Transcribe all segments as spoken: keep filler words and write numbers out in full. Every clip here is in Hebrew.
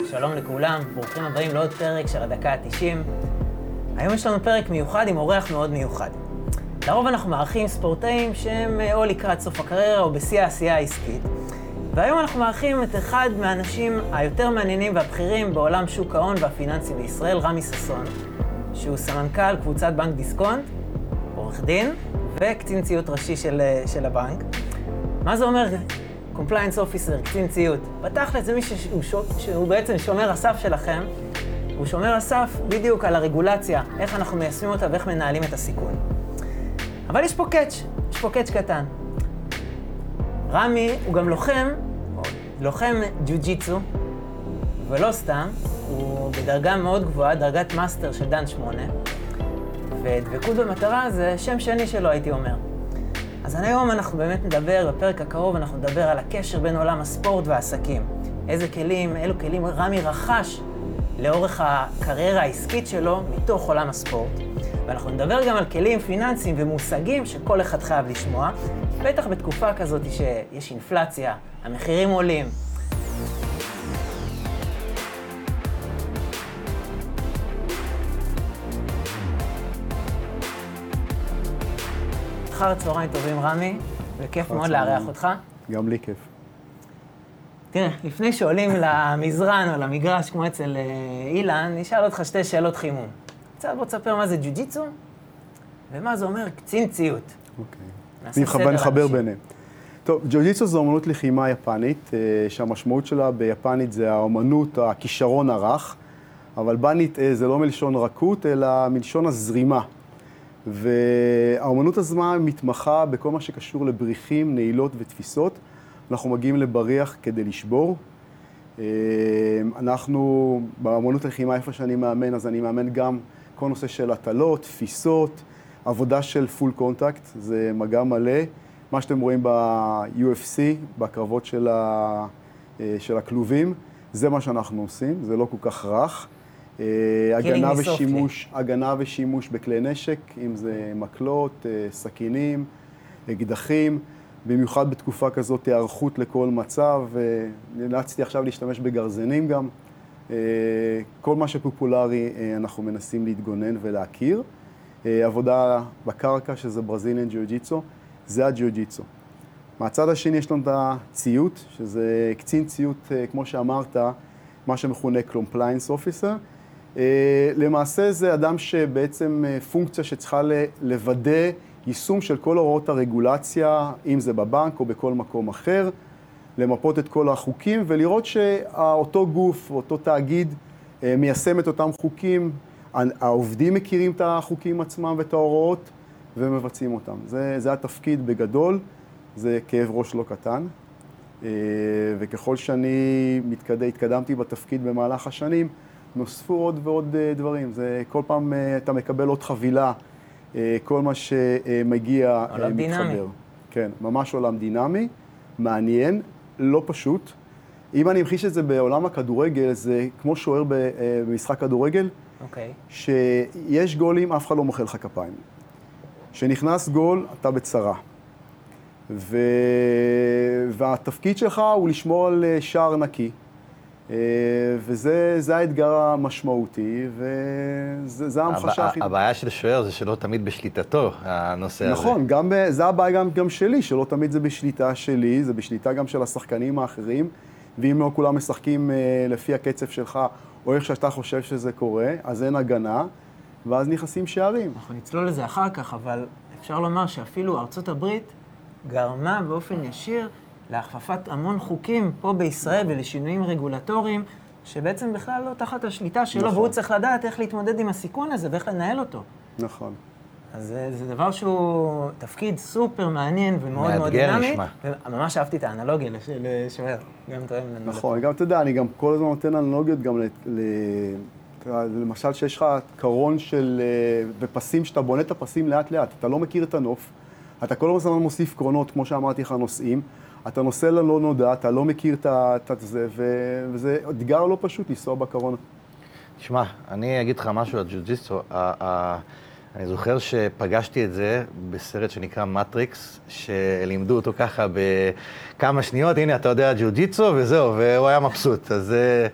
שלום לכולם, ברוכים הבאים לעוד פרק של הדקה ה-תשעים. היום יש לנו פרק מיוחד עם אורח מאוד מיוחד. לרוב אנחנו מארחים ספורטאים שהם או לקראת סוף הקריירה או בשיא העשייה העסקית. והיום אנחנו מארחים את אחד מהאנשים היותר מעניינים והבכירים בעולם שוק ההון והפיננסי בישראל, רמי ששון, שהוא סמנכ"ל קבוצת בנק דיסקונט, עורך דין וקצין ציות ראשי של, של הבנק. מה זה אומר? קומפליינס אופיסר, קצין ציות. בתכל'ס זה מי שהוא, שהוא בעצם שומר הסף שלכם. הוא שומר הסף בדיוק על הרגולציה, איך אנחנו מיישמים אותה ואיך מנהלים את הסיכון. אבל יש פה קאץ', יש פה קאץ' קטן. רמי הוא גם לוחם, לוחם ג'ו-ג'יצו, ולא סתם, הוא בדרגה מאוד גבוהה, דרגת מאסטר של דן שמונה, ודבקות במטרה זה שם שני שלו, הייתי אומר. אז היום אנחנו באמת נדבר, בפרק הקרוב אנחנו נדבר על הקשר בין עולם הספורט והעסקים. איזה כלים, אילו כלים רמי רכש לאורך הקריירה העסקית שלו מתוך עולם הספורט. ואנחנו נדבר גם על כלים פיננסיים ומושגים שכל אחד חייב לשמוע, בטח בתקופה כזאת שיש אינפלציה, המחירים עולים. אחר צהריים טובים רמי, וכיף מאוד לארח אותך. גם לי כיף. תראה, לפני שעולים למזרן או למגרש כמו אצל אילן, נשאל אותך שתי שאלות חימום. קצת בוא תספר מה זה ג'ו-ג'יצו, ומה זה אומר קצין ציות. אוקיי. אני מחבר ביניהם. טוב, ג'ו-ג'יצו זו אומנות לחימה יפנית, שהמשמעות שלה ביפנית זה האומנות, הכישרון הרך, אבל בנית זה לא מלשון רכות, אלא מלשון הזרימה. והאומנות הזמה מתמחה בכל מה שקשור לבריחים, נעילות ותפיסות. אנחנו מגיעים לבריח כדי לשבור. אנחנו, באומנות לחימה איפה שאני מאמן, אז אני מאמן גם כל נושא של הטלות, תפיסות, עבודה של פול קונטקט, זה מגע מלא. מה שאתם רואים ב-יו אף סי, בקרבות של, ה, של הכלובים, זה מה שאנחנו עושים, זה לא כל כך רך. הגנה ושימוש, הגנה ושימוש בכלי נשק, אם זה מקלות, סכינים, אקדחים, במיוחד בתקופה כזאת היערכות לכל מצב, נאלצתי עכשיו להשתמש בגרזנים גם. כל מה שפופולרי אנחנו מנסים להתגונן ולהכיר. עבודה בקרקע, שזה ברזיליאן ג'ו-ג'יצו, זה הג'ו-ג'יצו. מהצד השני יש לנו את הציות, שזה קצין ציות, כמו שאמרת, מה שמכונה קומפליינס אופיסר. למעשה זה אדם שבעצם פונקציה שצריכה לוודא יישום של כל הוראות הרגולציה, אם זה בבנק או בכל מקום אחר, למפות את כל החוקים ולראות שאותו גוף, אותו תאגיד, מיישם את אותם חוקים, העובדים מכירים את החוקים עצמם ואת ההוראות ומבצעים אותם. זה, זה התפקיד בגדול, זה כאב ראש לא קטן. וככל שאני מתקד... התקדמתי בתפקיד במהלך השנים, נוספו עוד ועוד דברים. זה כל פעם אתה מקבל עוד חבילה, כל מה שמגיע עולם מתחבר. דינמי. כן, ממש עולם דינמי, מעניין, לא פשוט. אם אני אמחיש את זה בעולם הכדורגל, זה כמו שוער במשחק כדורגל, אוקיי. שיש גולים, אף אחד לא מוחא לך כפיים. כשנכנס גול, אתה בצרה. ו... והתפקיד שלך הוא לשמור על שער נקי, וזה זה האתגר המשמעותי, וזה ההמחשה הכי... הבעיה של שוער זה שלא תמיד בשליטתו, הנושא הזה. נכון, גם, זה הבעיה גם, גם שלי, שלא תמיד זה בשליטה שלי, זה בשליטה גם של השחקנים האחרים, ואם לא כולם משחקים לפי הקצב שלך, או איך שאתה חושב שזה קורה, אז אין הגנה, ואז נכנסים שערים. אנחנו נצלול לזה אחר כך, אבל אפשר לומר שאפילו ארצות הברית גרמה באופן ישיר להכפפת המון חוקים פה בישראל ולשינויים רגולטוריים, שבעצם בכלל לא תחת השליטה שלו, נכון. והוא צריך לדעת איך להתמודד עם הסיכון הזה ואיך לנהל אותו. נכון. אז זה, זה דבר שהוא תפקיד סופר מעניין ומאוד מאוד דינמי. וממש אהבתי את האנלוגיה לשוער. גם תואם לנו. נכון, גם אתה יודע, אני גם כל הזמן נותן אנלוגיות גם ל... ל... למשל שיש לך קרון של... ופסים, שאתה בונה את הפסים לאט לאט, אתה לא מכיר את הנוף, אתה כל הזמן מוסיף קרונות, כמו שאמרתי לך, נושאים, אתה נוסע ללא נודע, אתה לא מכיר את זה, וזה אתגר לא פשוט לנסוע בקרון. תשמע, אני אגיד לך משהו על ג'ו-ג'יצו. אני זוכר שפגשתי את זה בסרט שנקרא מטריקס, שלימדו אותו ככה בכמה שניות, הנה אתה יודע ג'ו-ג'יצו וזהו, והוא היה מבסוט. אז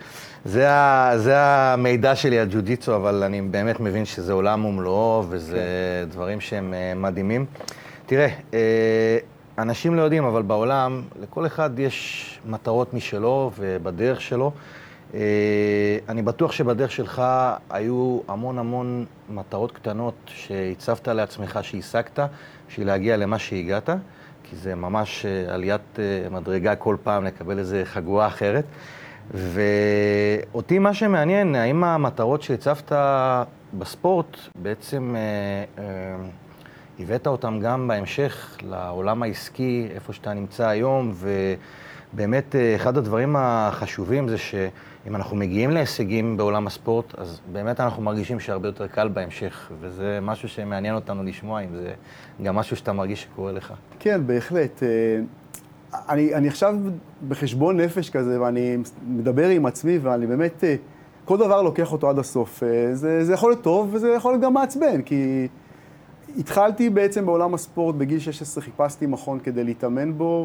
זה, ה, זה המידע שלי על ג'ו-ג'יטסו, אבל אני באמת מבין שזה עולם ומלואו, וזה כן. דברים שהם מדהימים. תראה, אנשים לא יודעים, אבל בעולם, לכל אחד יש מטרות משלו ובדרך שלו. אני בטוח שבדרך שלך היו המון המון מטרות קטנות שהצבת לעצמך, שהשגת, בשביל להגיע למה שהגעת, כי זה ממש עליית מדרגה כל פעם לקבל איזו חגורה אחרת. ואותי מה שמעניין, האם המטרות שהצבת בספורט בעצם אה, אה, הבאת אותם גם בהמשך לעולם העסקי, איפה שאתה נמצא היום, ובאמת אחד הדברים החשובים זה שאם אנחנו מגיעים להישגים בעולם הספורט, אז באמת אנחנו מרגישים שהרבה יותר קל בהמשך, וזה משהו שמעניין אותנו לשמוע, אם זה גם משהו שאתה מרגיש שקורה לך. כן, בהחלט. אני, אני עכשיו בחשבון נפש כזה, ואני מדבר עם עצמי, ואני באמת, כל דבר לוקח אותו עד הסוף. זה, זה יכול להיות טוב, וזה יכול להיות גם מעצבן, כי התחלתי בעצם בעולם הספורט, בגיל שש עשרה חיפשתי מכון כדי להתאמן בו,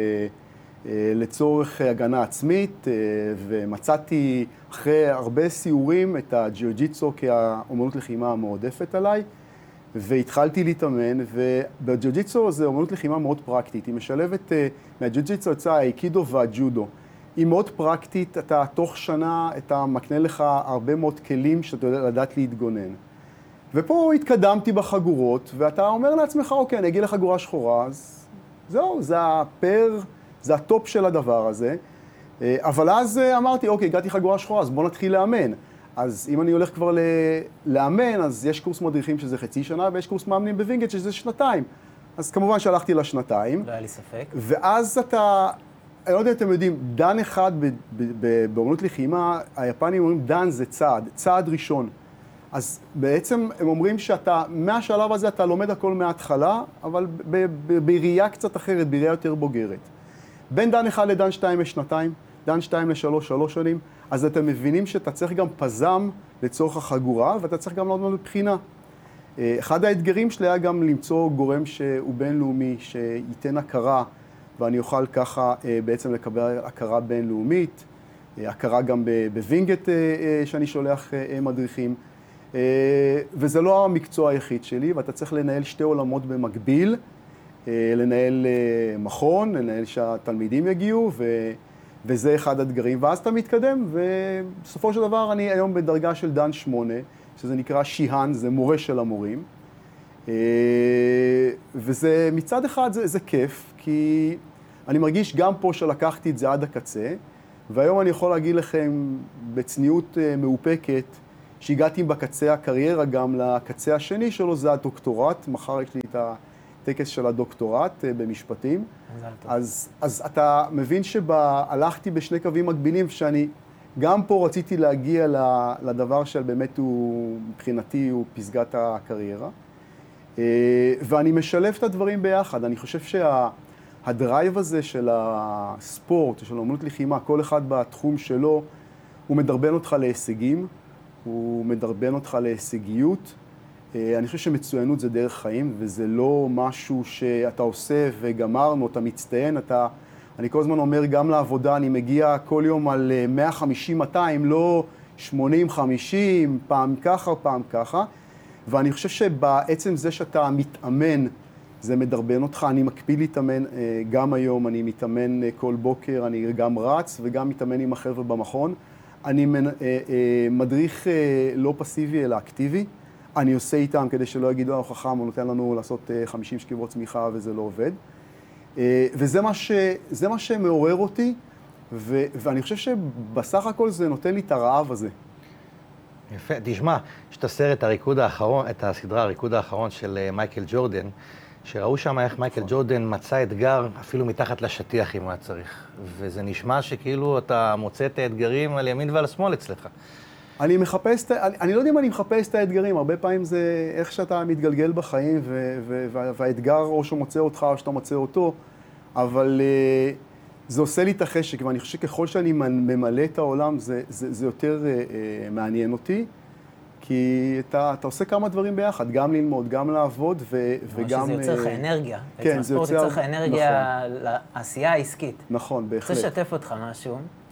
ולצורך הגנה עצמית, ומצאתי אחרי הרבה סיורים את הג'יו-ג'יטסו כאומנות לחימה המועדפת עליי, והתחלתי להתאמן, ובג'יו-ג'יטסו זה אומנות לחימה מאוד פרקטית. היא משלבת, מהג'יו-ג'יטסו יצא האיקידו והג'ודו. היא מאוד פרקטית, אתה תוך שנה, אתה מקנה לך הרבה מאוד כלים שאתה יודע לדעת להתגונן. ופה התקדמתי בחגורות, ואתה אומר לעצמך, אוקיי, אני אגיע לחגורה שחורה, אז זהו, זה הפר, זה הטופ של הדבר הזה. אבל אז אמרתי, אוקיי, הגעתי חגורה שחורה, אז בוא נתחיל לאמן. אז אם אני הולך כבר לאמן, אז יש קורס מדריכים שזה חצי שנה, ויש קורס מאמנים בווינגייט שזה שנתיים. אז כמובן שהלכתי לשנתיים. לא היה לי ספק. ואז אתה, אני לא יודע אם אתם יודעים, דן אחד באומנות לחימה, היפנים אומרים דן זה צעד, צעד ראשון. אז בעצם הם אומרים שאתה, מהשלב הזה אתה לומד הכל מההתחלה, אבל בראייה קצת אחרת, בראייה יותר בוגרת. בין דן אחד לדן שתיים יש שנתיים, דן שתיים לשלוש, שלוש שנים, אז אתם מבינים שאתה צריך גם פזם לצורך החגורה, ואתה צריך גם לעוד בבחינה. אחד האתגרים שלי היה גם למצוא גורם שהוא בינלאומי, שייתן הכרה, ואני אוכל ככה בעצם לקבל הכרה בינלאומית, הכרה גם בווינגייט שאני שולח מדריכים. וזה לא המקצוע היחיד שלי, ואתה צריך לנהל שתי עולמות במקביל, לנהל מכון, לנהל שהתלמידים יגיעו, ו... וזה אחד האתגרים, ואז אתה מתקדם, ובסופו של דבר אני היום בדרגה של דן שמונה, שזה נקרא שיהן, זה מורה של המורים. וזה מצד אחד זה, זה כיף, כי אני מרגיש גם פה שלקחתי את זה עד הקצה, והיום אני יכול להגיד לכם בצניעות מאופקת, שהגעתי בקצה הקריירה גם לקצה השני שלו, זה הדוקטורט, מחר יש לי את הטקס של הדוקטורט במשפטים. אז, אז אתה מבין שהלכתי בשני קווים מקבילים, שאני גם פה רציתי להגיע לדבר של באמת הוא, מבחינתי, הוא פסגת הקריירה. ואני משלב את הדברים ביחד. אני חושב שהדרייב הזה של הספורט, של אומנות לחימה, כל אחד בתחום שלו, הוא מדרבן אותך להישגים, הוא מדרבן אותך להישגיות. אני חושב שמצוינות זה דרך חיים, וזה לא משהו שאתה עושה וגמרנו, אתה מצטיין, אתה... אני כל הזמן אומר גם לעבודה, אני מגיע כל יום על מאה חמישים מאתיים, לא שמונים חמישים, פעם ככה, פעם ככה. ואני חושב שבעצם זה שאתה מתאמן, זה מדרבן אותך. אני מקפיד להתאמן גם היום, אני מתאמן כל בוקר, אני גם רץ וגם מתאמן עם החבר'ה במכון. אני מדריך לא פסיבי אלא אקטיבי. אני עושה איתם כדי שלא יגידו, הוא חכם, הוא נותן לנו לעשות חמישים שכיבות צמיחה וזה לא עובד. וזה מה, ש, זה מה שמעורר אותי, ו, ואני חושב שבסך הכל זה נותן לי את הרעב הזה. יפה, תשמע, יש את הסרט הריקוד האחרון, את הסדרה הריקוד האחרון של מייקל ג'ורדן, שראו שם איך מייקל ג'ורדן מצא אתגר אפילו מתחת לשטיח אם הוא היה צריך. וזה נשמע שכאילו אתה מוצא את האתגרים על ימין ועל שמאל אצלך. אני מחפש, אני, אני לא יודע אם אני מחפש את האתגרים, הרבה פעמים זה איך שאתה מתגלגל בחיים, ו, ו, והאתגר או שהוא מוצא אותך או שאתה מוצא אותו, אבל זה עושה לי את החשק, ואני חושב שככל שאני ממלא את העולם, זה, זה, זה יותר מעניין אותי, כי אתה, אתה עושה כמה דברים ביחד, גם ללמוד, גם לעבוד, ו, וגם... שזה יוצר לך אנרגיה. כן, זה יוצר... הספורט יוצר לך אנרגיה נכון. לעשייה העסקית. נכון, בהחלט. אני רוצה לשתף אותך משהו.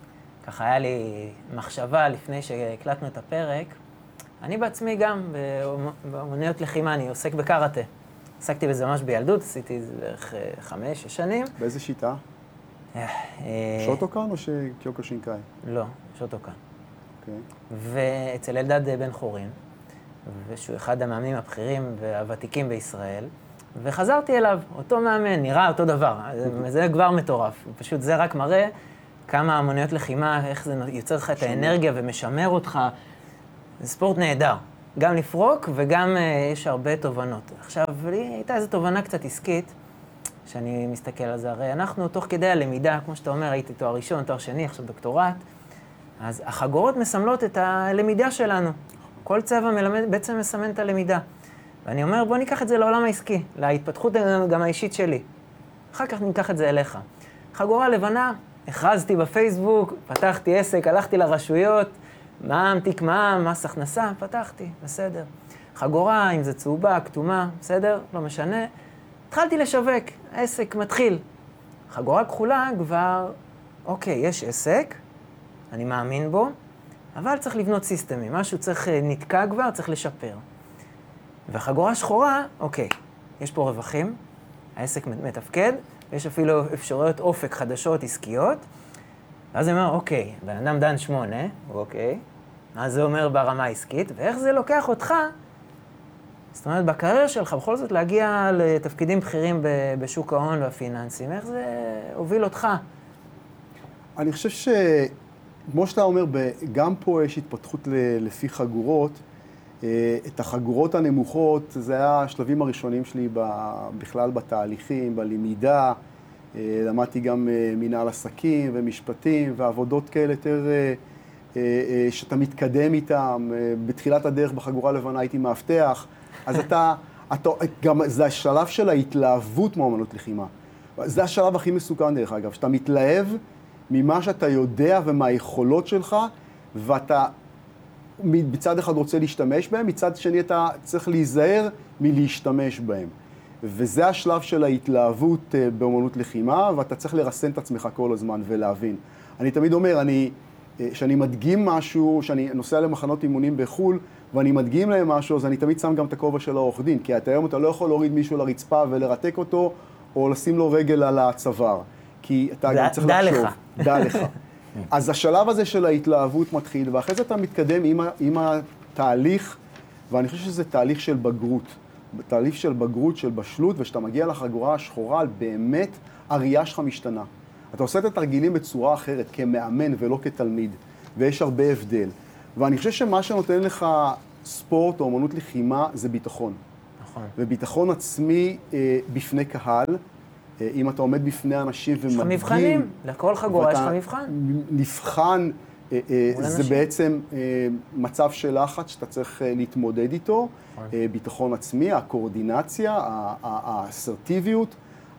ככה היה לי מחשבה לפני שהקלטנו את הפרק. אני בעצמי גם באמנויות לחימה, אני עוסק בקראטה. עסקתי בזה ממש בילדות, עשיתי את זה בערך חמש, שש שנים. באיזה שיטה? שוטוקן או שקיוקושינקאי? לא, שוטוקן. אוקיי. ואצל אלדד בן חורין, ושהוא אחד המאמנים הבכירים והוותיקים בישראל, וחזרתי אליו, אותו מאמן, נראה אותו דבר. זה כבר מטורף. פשוט זה רק מראה כמה האמנויות לחימה, איך זה יוצר לך את האנרגיה ומשמר אותך. זה ספורט נהדר. גם לפרוק וגם uh, יש הרבה תובנות. עכשיו, לי הייתה איזו תובנה קצת עסקית, שאני מסתכל על זה. הרי אנחנו תוך כדי הלמידה, כמו שאתה אומר, הייתי תואר ראשון, תואר שני, עכשיו דוקטורט, אז החגורות מסמלות את הלמידה שלנו. כל צבע מלמד, בעצם מסמן את הלמידה. ואני אומר, בוא ניקח את זה לעולם העסקי, להתפתחות גם האישית שלי. אחר כך ניקח את זה אליך. חגורה לבנה, הכרזתי בפייסבוק, פתחתי עסק, הלכתי לרשויות, מע"מ, תיק מע"מ, מס הכנסה, פתחתי, בסדר. חגורה, אם זה צהובה, כתומה, בסדר, לא משנה. התחלתי לשווק, העסק מתחיל. חגורה כחולה כבר, אוקיי, יש עסק, אני מאמין בו, אבל צריך לבנות סיסטמים, משהו צריך נתקע כבר, צריך לשפר. וחגורה שחורה, אוקיי, יש פה רווחים, העסק מתפקד, יש אפילו אפשרויות אופק חדשות עסקיות, ואז אני אומר, אוקיי, בן אדם דן שמונה, אוקיי, אז זה אומר ברמה העסקית, ואיך זה לוקח אותך, זאת אומרת, בקריירה שלך, בכל זאת להגיע לתפקידים בכירים בשוק ההון והפיננסים, איך זה הוביל אותך? אני חושב ש... כמו שאתה אומר, גם פה יש התפתחות לפי חגורות. את החגורות הנמוכות, זה היה השלבים הראשונים שלי בכלל בתהליכים, בלמידה. למדתי גם מנהל עסקים ומשפטים ועבודות כאלה יותר שאתה מתקדם איתם. בתחילת הדרך בחגורה לבנה הייתי מאבטח. אז אתה, אתה, גם זה השלב של ההתלהבות מאמנות לחימה. זה השלב הכי מסוכן דרך אגב, שאתה מתלהב ממה שאתה יודע ומהיכולות שלך, ואתה מצד אחד רוצה להשתמש בהם, מצד שני אתה צריך להיזהר מלהשתמש בהם. וזה השלב של ההתלהבות באמנות לחימה, ואתה צריך לרסן את עצמך כל הזמן ולהבין. אני תמיד אומר, אני, שאני מדגים משהו, שאני נוסע למחנות אימונים בחול, ואני מדגים להם משהו, אז אני תמיד שם גם את הכובע של העורך דין, כי אתה היום אתה לא יכול להוריד מישהו לרצפה ולרתק אותו, או לשים לו רגל על הצוואר. כי אתה גם צריך לחשוב. דע לך. אז השלב הזה של ההתלהבות מתחיל, ואחרי זה אתה מתקדם עם, עם התהליך, ואני חושב שזה תהליך של בגרות. תהליך של בגרות, של בשלות, ושאתה מגיע לחגורה השחורה, באמת הראייה שלך משתנה. אתה עושה את התרגילים בצורה אחרת, כמאמן ולא כתלמיד, ויש הרבה הבדל. ואני חושב שמה שנותן לך ספורט או אמנות לחימה זה ביטחון. נכון. וביטחון עצמי אה, בפני קהל, אם אתה עומד בפני אנשים ומדגים... יש לך מבחנים, לכל חגורה יש לך מבחן. נבחן, זה בעצם מצב של לחץ שאתה צריך להתמודד איתו, ביטחון עצמי, הקואורדינציה, האסרטיביות,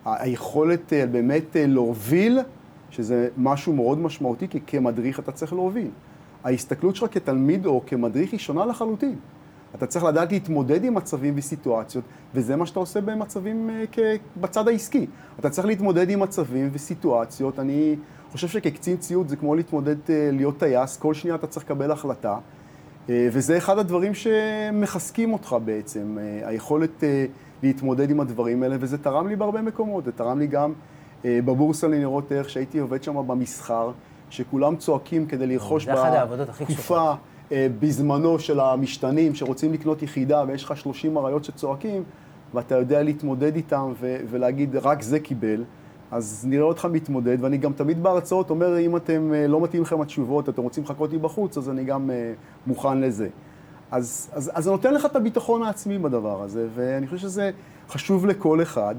היכולת באמת להוביל, שזה משהו מאוד משמעותי, כי כמדריך אתה צריך להוביל. ההסתכלות שלך כתלמיד או כמדריך היא שונה לחלוטין. אתה צריך לדעת להתמודד עם מצבים וסיטואציות, וזה מה שאתה עושה במצבים בצד העסקי. אתה צריך להתמודד עם מצבים וסיטואציות. אני חושב שכקצין ציוד זה כמו להתמודד, להיות טייס, כל שנייה אתה צריך לקבל החלטה, וזה אחד הדברים שמחזקים אותך בעצם, היכולת להתמודד עם הדברים האלה, וזה תרם לי בהרבה מקומות. זה תרם לי גם בבורסה לניירות ערך, שהייתי עובד שם במסחר, שכולם צועקים כדי לרכוש בתקופה בזמנו של המשתנים שרוצים לקנות יחידה ויש לך שלושים אריות שצועקים ואתה יודע להתמודד איתם ו- ולהגיד רק זה קיבל, אז נראה אותך מתמודד. ואני גם תמיד בהרצאות אומר, אם אתם לא מתאים לכם התשובות, אתם רוצים לחכות לי בחוץ, אז אני גם מוכן לזה. אז, אז, אז זה נותן לך את הביטחון העצמי בדבר הזה, ואני חושב שזה חשוב לכל אחד.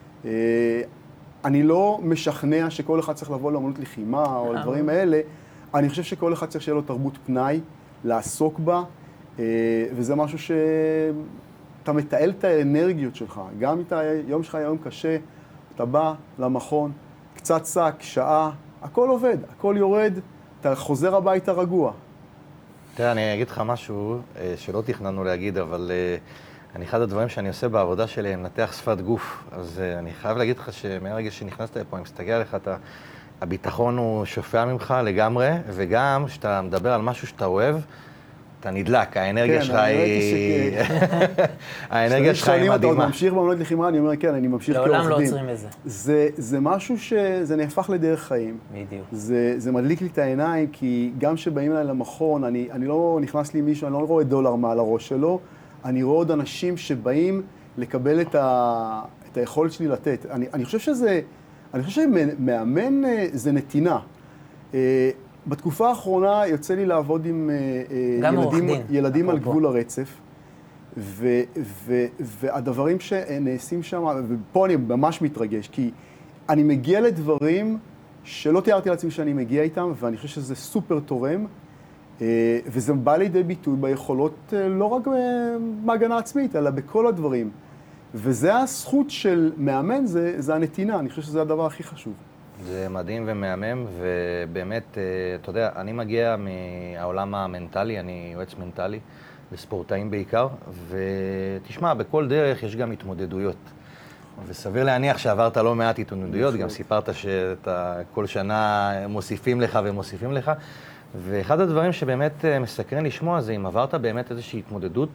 אני לא משכנע שכל אחד צריך לבוא לאמנות לחימה או לדברים האלה. אני חושב שכל אחד צריך שיהיה לו תרבות פנאי, לעסוק בה, וזה משהו שאתה מתעל את האנרגיות שלך. גם אם היום שלך היום קשה, אתה בא למכון, קצת שק, שעה, הכל עובד, הכל יורד, אתה חוזר הביתה רגוע. תראה, אני אגיד לך משהו שלא תכננו להגיד, אבל אני אחד הדברים שאני עושה בעבודה שלי, מנתח שפת גוף. אז אני חייב להגיד לך שמהרגע שנכנסת לפה, אני מסתכל עליך, אתה, הביטחון הוא שופע ממך לגמרי, וגם כשאתה מדבר על משהו שאתה אוהב, אתה נדלק, האנרגיה כן, שלך היא... האנרגיה שלך היא מדהימה. אתה ממשיך באמנות לחימה, אני אומר, כן, אני ממשיך כעורך דין. לעולם לא עוצרים בזה. זה, זה משהו שזה נהפך לדרך חיים. בדיוק. זה, זה מדליק לי את העיניים, כי גם שבאים אליי למכון, אני, אני לא נכנס לי מישהו, אני לא רואה דולר מעל הראש שלו, אני רואה עוד אנשים שבאים לקבל את, ה, את היכולת שלי לתת. אני, אני חושב שזה, אני חושב שמאמן זה נתינה. בתקופה האחרונה יוצא לי לעבוד עם ילדים, ילדים על גבול הרצף, ו, ו, והדברים שנעשים שם, ופה אני ממש מתרגש, כי אני מגיע לדברים שלא תיארתי לעצמי שאני מגיע איתם, ואני חושב שזה סופר תורם, וזה בא לידי ביטוי ביכולות לא רק בהגנה עצמית, אלא בכל הדברים. וזה הזכות של מאמן, זה, זה הנתינה, אני חושב שזה הדבר הכי חשוב. זה מדהים ומהמם, ובאמת, אתה יודע, אני מגיע מהעולם המנטלי, אני יועץ מנטלי, לספורטאים בעיקר, ותשמע, בכל דרך יש גם התמודדויות. וסביר להניח שעברת לא מעט התמודדויות, גם סיפרת שאתה כל שנה מוסיפים לך ומוסיפים לך, ואחד הדברים שבאמת מסקרן לשמוע זה אם עברת באמת איזושהי התמודדות,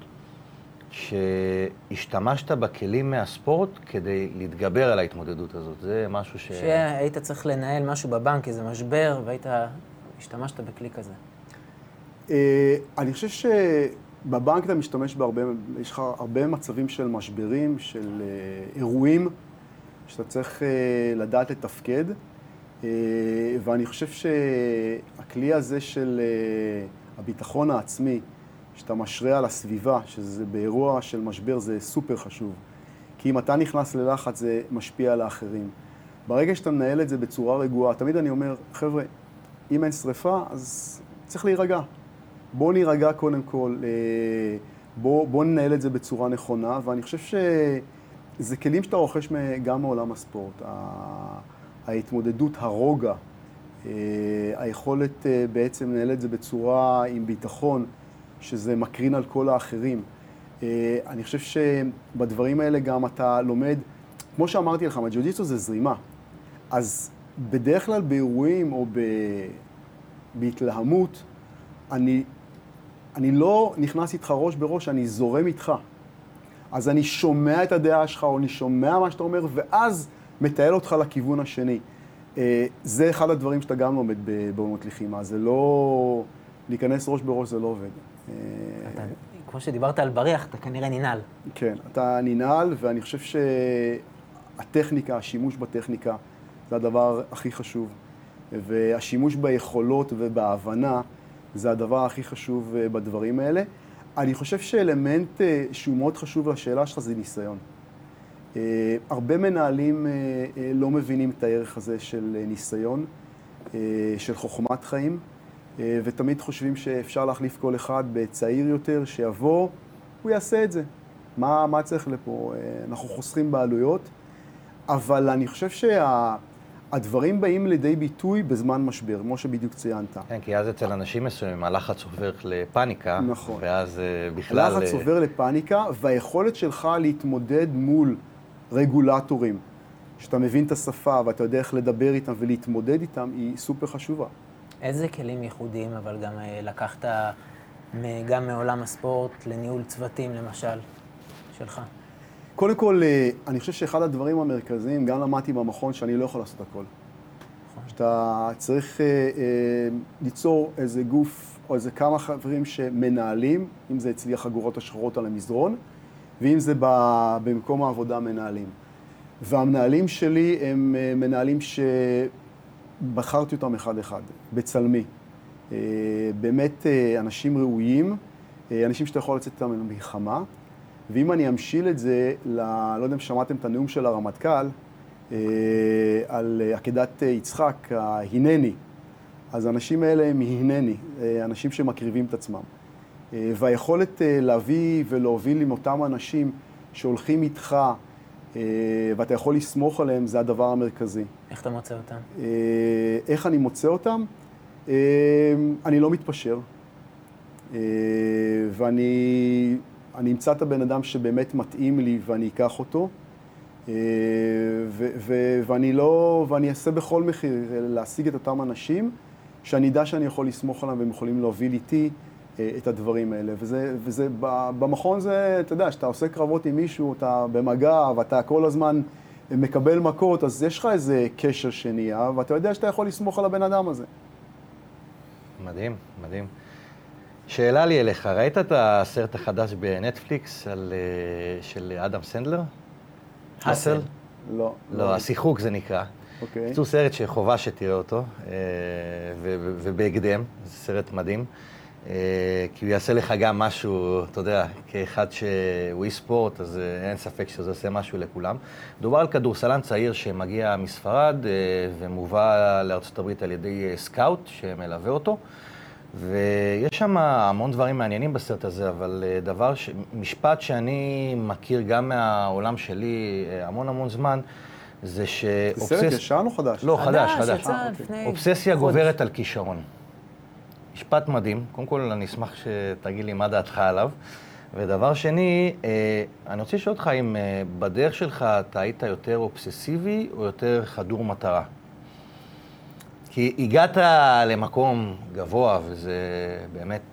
שהשתמשת בכלים מהספורט כדי להתגבר על ההתמודדות הזאת. זה משהו ש... שהיית צריך לנהל משהו בבנק, איזה משבר, והיית... השתמשת בכלי כזה. אני חושב שבבנק אתה משתמש בהרבה... יש לך הרבה מצבים של משברים, של אירועים, שאתה צריך לדעת לתפקד. ואני חושב שהכלי הזה של הביטחון העצמי, שאתה משרה על הסביבה, שזה באירוע של משבר, זה סופר חשוב. כי אם אתה נכנס ללחץ, זה משפיע על האחרים. ברגע שאתה מנהל את זה בצורה רגועה, תמיד אני אומר, חבר'ה, אם אין שריפה, אז צריך להירגע. בואו נירגע קודם כל, בואו בוא ננהל את זה בצורה נכונה, ואני חושב שזה כלים שאתה רוכש גם מעולם הספורט. ההתמודדות, הרוגע, היכולת בעצם לנהל את זה בצורה עם ביטחון, שזה מקרין על כל האחרים. אני חושב שבדברים האלה גם אתה לומד, כמו שאמרתי לך, הג'יו-ג'יטסו זה זרימה. אז בדרך כלל באירועים או ב... בהתלהמות, אני, אני לא נכנס איתך ראש בראש, אני זורם איתך. אז אני שומע את הדעה שלך, או אני שומע מה שאתה אומר, ואז מטייל אותך לכיוון השני. זה אחד הדברים שאתה גם לומד באמנות לחימה. זה לא... להיכנס ראש בראש זה לא עובד. אתה, כמו שדיברת על בריח, אתה כנראה ננעל. כן, אתה ננעל, ואני חושב שהטכניקה, השימוש בטכניקה, זה הדבר הכי חשוב. והשימוש ביכולות ובהבנה, זה הדבר הכי חשוב בדברים האלה. אני חושב שאלמנט שהוא מאוד חשוב לשאלה שלך זה ניסיון. הרבה מנהלים לא מבינים את הערך הזה של ניסיון, של חוכמת חיים, ותמיד חושבים שאפשר להחליף כל אחד בצעיר יותר, שיבוא, הוא יעשה את זה. מה, מה צריך לפה? אנחנו חוסכים בעלויות, אבל אני חושב שהדברים באים לידי ביטוי בזמן משבר, כמו שבדיוק ציינת. כן, כי אז אצל אנשים מסוימים הלחץ עובר לפאניקה, נכון. ואז בכלל... הלחץ עובר לפאניקה, והיכולת שלך להתמודד מול רגולטורים, שאתה מבין את השפה ואתה יודע איך לדבר איתם ולהתמודד איתם, היא סופר חשובה. איזה כלים ייחודיים, אבל גם לקחת גם מעולם הספורט לניהול צוותים, למשל, שלך? קודם כל, אני חושב שאחד הדברים המרכזיים, גם למדתי במכון, שאני לא יכול לעשות הכל. שאתה צריך ליצור איזה גוף או איזה כמה חברים שמנהלים, אם זה אצלי החגורות השחורות על המזרון, ואם זה במקום העבודה מנהלים. והמנהלים שלי הם מנהלים ש... בחרתי אותם אחד-אחד, בצלמי. באמת אנשים ראויים, אנשים שאתה יכול לצאת איתם למלחמה, ואם אני אמשיל את זה, ל... לא יודע אם שמעתם את הנאום של הרמטכ"ל, על עקדת יצחק, ההינני. אז האנשים האלה הם הינני, אנשים שמקריבים את עצמם. והיכולת להביא ולהוביל עם אותם אנשים שהולכים איתך, ואתה יכול לסמוך עליהם, זה הדבר המרכזי. איך אתה מוצא אותם? איך אני מוצא אותם? אני לא מתפשר, ואני אני אמצא את הבן אדם שבאמת מתאים לי ואני אקח אותו, ו- ו- ואני לא, ואני אעשה בכל מחיר להשיג את אותם אנשים, שאני אדע שאני יכול לסמוך עליהם והם יכולים להוביל איתי את הדברים האלה. וזה, וזה, במכון זה, אתה יודע, שאתה עושה קרבות עם מישהו, אתה במגע, ואתה כל הזמן מקבל מכות, אז יש לך איזה קשר שנהיה, ואתה יודע שאתה יכול לסמוך על הבן אדם הזה. מדהים, מדהים. שאלה לי אליך, ראית את הסרט החדש בנטפליקס על, של אדם סנדלר? האסל? לא. לא, השיחוק זה נקרא. אוקיי. זה סרט שחובה שתראה אותו, ובהקדם, זה סרט מדהים. כי הוא יעשה לך גם משהו, אתה יודע, כאחד שהוא אי ספורט, אז אין ספק שזה עושה משהו לכולם. דובר על כדורסלן צעיר שמגיע מספרד ומובא לארצות הברית על ידי סקאוט שמלווה אותו. ויש שם המון דברים מעניינים בסרט הזה, אבל דבר, ש... משפט שאני מכיר גם מהעולם שלי המון המון זמן, זה שאובסס... זה סרט ישן או חדש? לא, חדש, חדש. חדש, יצא לפני... אובססיה גוברת על כישרון. משפט מדהים. קודם כל, אני אשמח שתגיד לי מה דעתך עליו. ודבר שני, אני רוצה לשאול אותך אם בדרך שלך אתה היית יותר אובססיבי או יותר חדור מטרה. כי הגעת למקום גבוה, וזה באמת...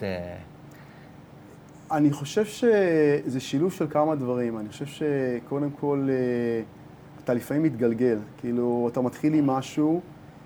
אני חושב שזה שילוב של כמה דברים. אני חושב שקודם כל, אתה לפעמים מתגלגל. כאילו, אתה מתחיל עם משהו,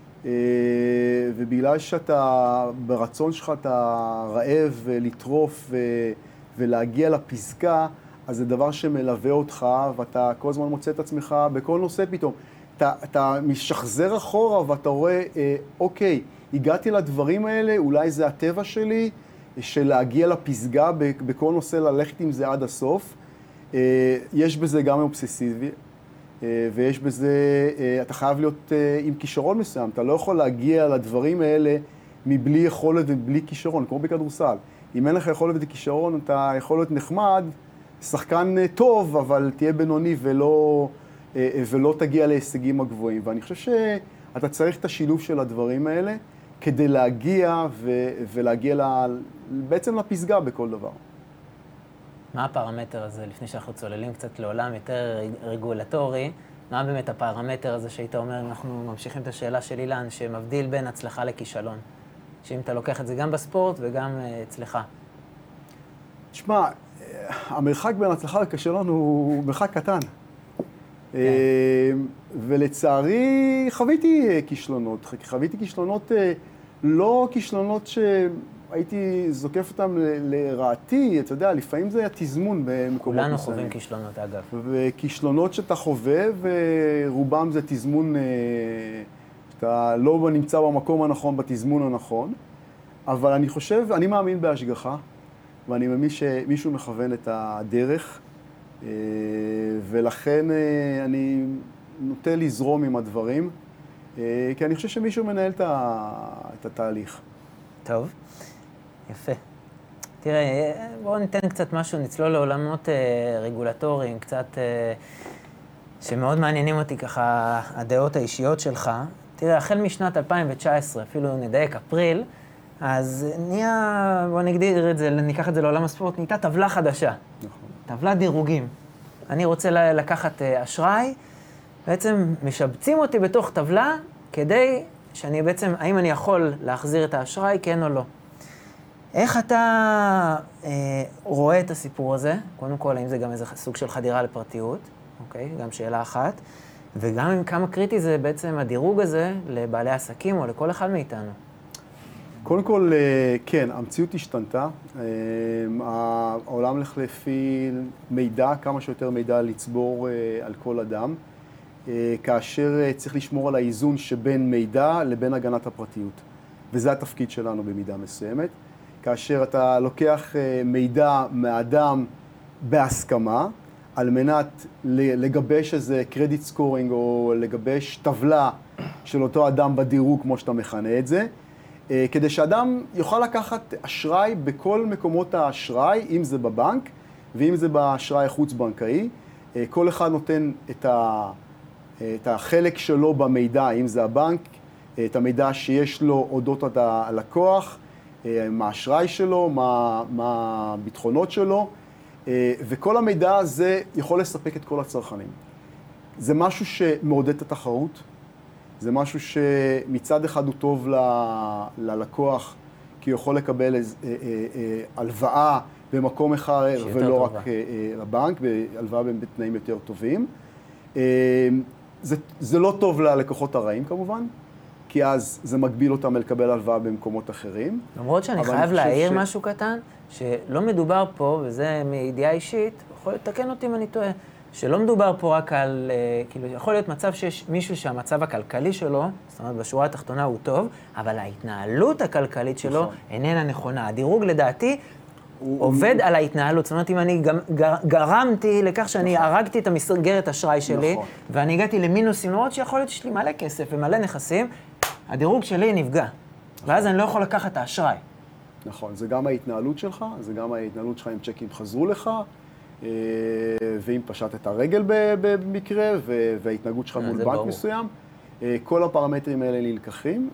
ובגלל שאתה, ברצון שלך אתה רעב לטרוף ולהגיע לפסגה, אז זה דבר שמלווה אותך, ואתה כל הזמן מוצא את עצמך בכל נושא פתאום. אתה, אתה משחזר אחורה ואתה רואה, אה, אוקיי, הגעתי לדברים האלה, אולי זה הטבע שלי, של להגיע לפסגה בכל נושא, ללכת עם זה עד הסוף. אה, יש בזה גם אובססיבי, אה, ויש בזה, אה, אתה חייב להיות אה, עם כישרון מסוים. אתה לא יכול להגיע לדברים האלה מבלי יכולת ובלי כישרון, כמו בכדורסל. אם אין לך יכולת וכישרון, אתה יכול להיות נחמד, שחקן טוב, אבל תהיה בינוני ולא... ולא תגיע להישגים הגבוהים. ואני חושב שאתה צריך את השילוב של הדברים האלה כדי להגיע ו- ולהגיע ל- בעצם לפסגה בכל דבר. מה הפרמטר הזה, לפני שאנחנו צוללים קצת לעולם יותר רגולטורי, מה באמת הפרמטר הזה שהיית אומר, אנחנו ממשיכים את השאלה של אילן, שמבדיל בין הצלחה לכישלון? שאם אתה לוקח את זה גם בספורט וגם אצלך. תשמע, המרחק בין הצלחה לכישלון הוא מרחק קטן. ולצערי חוויתי כישלונות, חוויתי כישלונות, לא כישלונות שהייתי זוקף אותם לרעתי, אתה יודע, לפעמים זה היה תזמון במקומות מסוימים. כולנו חווים כישלונות אגב. וכישלונות שאתה חווה, ורובם זה תזמון, שאתה לא נמצא במקום הנכון, בתזמון הנכון, אבל אני חושב, אני מאמין בהשגחה, ואני מאמין שמישהו מכוון את הדרך, ולכן אני נוטה לזרום עם הדברים, כי אני חושב שמישהו מנהל את התהליך. טוב, יפה. תראה, בואו ניתן קצת משהו, נצלול לעולמות רגולטוריים, קצת שמאוד מעניינים אותי ככה, הדעות האישיות שלך. תראה, החל משנת אלפיים תשע עשרה, אפילו נדייק אפריל, אז נהיה, בואו נגדיר את זה, ניקח את זה לעולם הספורט, נהייתה טבלה חדשה. נכון. טבלת דירוגים. אני רוצה לקחת אשראי, בעצם משבצים אותי בתוך טבלה כדי שאני בעצם, האם אני יכול להחזיר את האשראי, כן או לא. איך אתה אה, רואה את הסיפור הזה? קודם כל, האם זה גם איזה סוג של חדירה לפרטיות? אוקיי, גם שאלה אחת. וגם עם כמה קריטי זה בעצם הדירוג הזה לבעלי עסקים או לכל אחד מאיתנו. קודם כל, כן, המציאות השתנתה. העולם הולך לפי מידע, כמה שיותר מידע לצבור על כל אדם, כאשר צריך לשמור על האיזון שבין מידע לבין הגנת הפרטיות. וזה התפקיד שלנו במידה מסוימת. כאשר אתה לוקח מידע מאדם בהסכמה, על מנת לגבש איזה קרדיט סקורינג או לגבש טבלה של אותו אדם בדירוג, כמו שאתה מכנה את זה, כדי שאדם יוכל לקחת אשראי בכל מקומות האשראי, אם זה בבנק ואם זה באשראי החוץ-בנקאי. כל אחד נותן את, ה, את החלק שלו במידע, אם זה הבנק, את המידע שיש לו אודות את הלקוח, מה האשראי שלו, מה, מה הביטחונות שלו, וכל המידע הזה יכול לספק את כל הצרכנים. זה משהו שמעודד את התחרות, זה משהו שמצד אחד הוא טוב ל- ללקוח, כי הוא יכול לקבל איז- אה, אה, אה, הלוואה במקום אחר שיותר ולא טובה. רק אה, אה, לבנק, והלוואה בתנאים יותר טובים. אה, זה, זה לא טוב ללקוחות הרעים כמובן, כי אז זה מגביל אותם לקבל הלוואה במקומות אחרים. למרות שאני אבל חייב אני חושב להעיר ש- משהו קטן, שלא מדובר פה, וזה מידיעה אישית, יכול לתקן אותי אם אני טועה, שלא מדובר פה רק על, אה, כאילו, יכול להיות מצב שיש מישהו שהמצב הכלכלי שלו, זאת אומרת, בשורה התחתונה הוא טוב, אבל ההתנהלות הכלכלית שלו נכון. איננה נכונה. הדירוג לדעתי הוא- עובד על ההתנהלות, זאת אומרת, אם אני גם, גר, גרמתי לכך שאני נכון. הרגתי את המסגרת אשראי שלי, נכון. ואני הגעתי למינוסים, למרות שיכול להיות שיש לי מלא כסף ומלא נכסים, הדירוג שלי נפגע. ואז אני לא יכול לקחת את האשראי. נכון, זה גם ההתנהלות שלך, זה גם ההתנהלות שלך אם צ'קים חזרו לך, אה, ואם פשטת הרגל ב- במקרה, ו- וההתנהגות שלך אה, מול זה בנק ברור. מסוים. אה, כל הפרמטרים האלה נלקחים,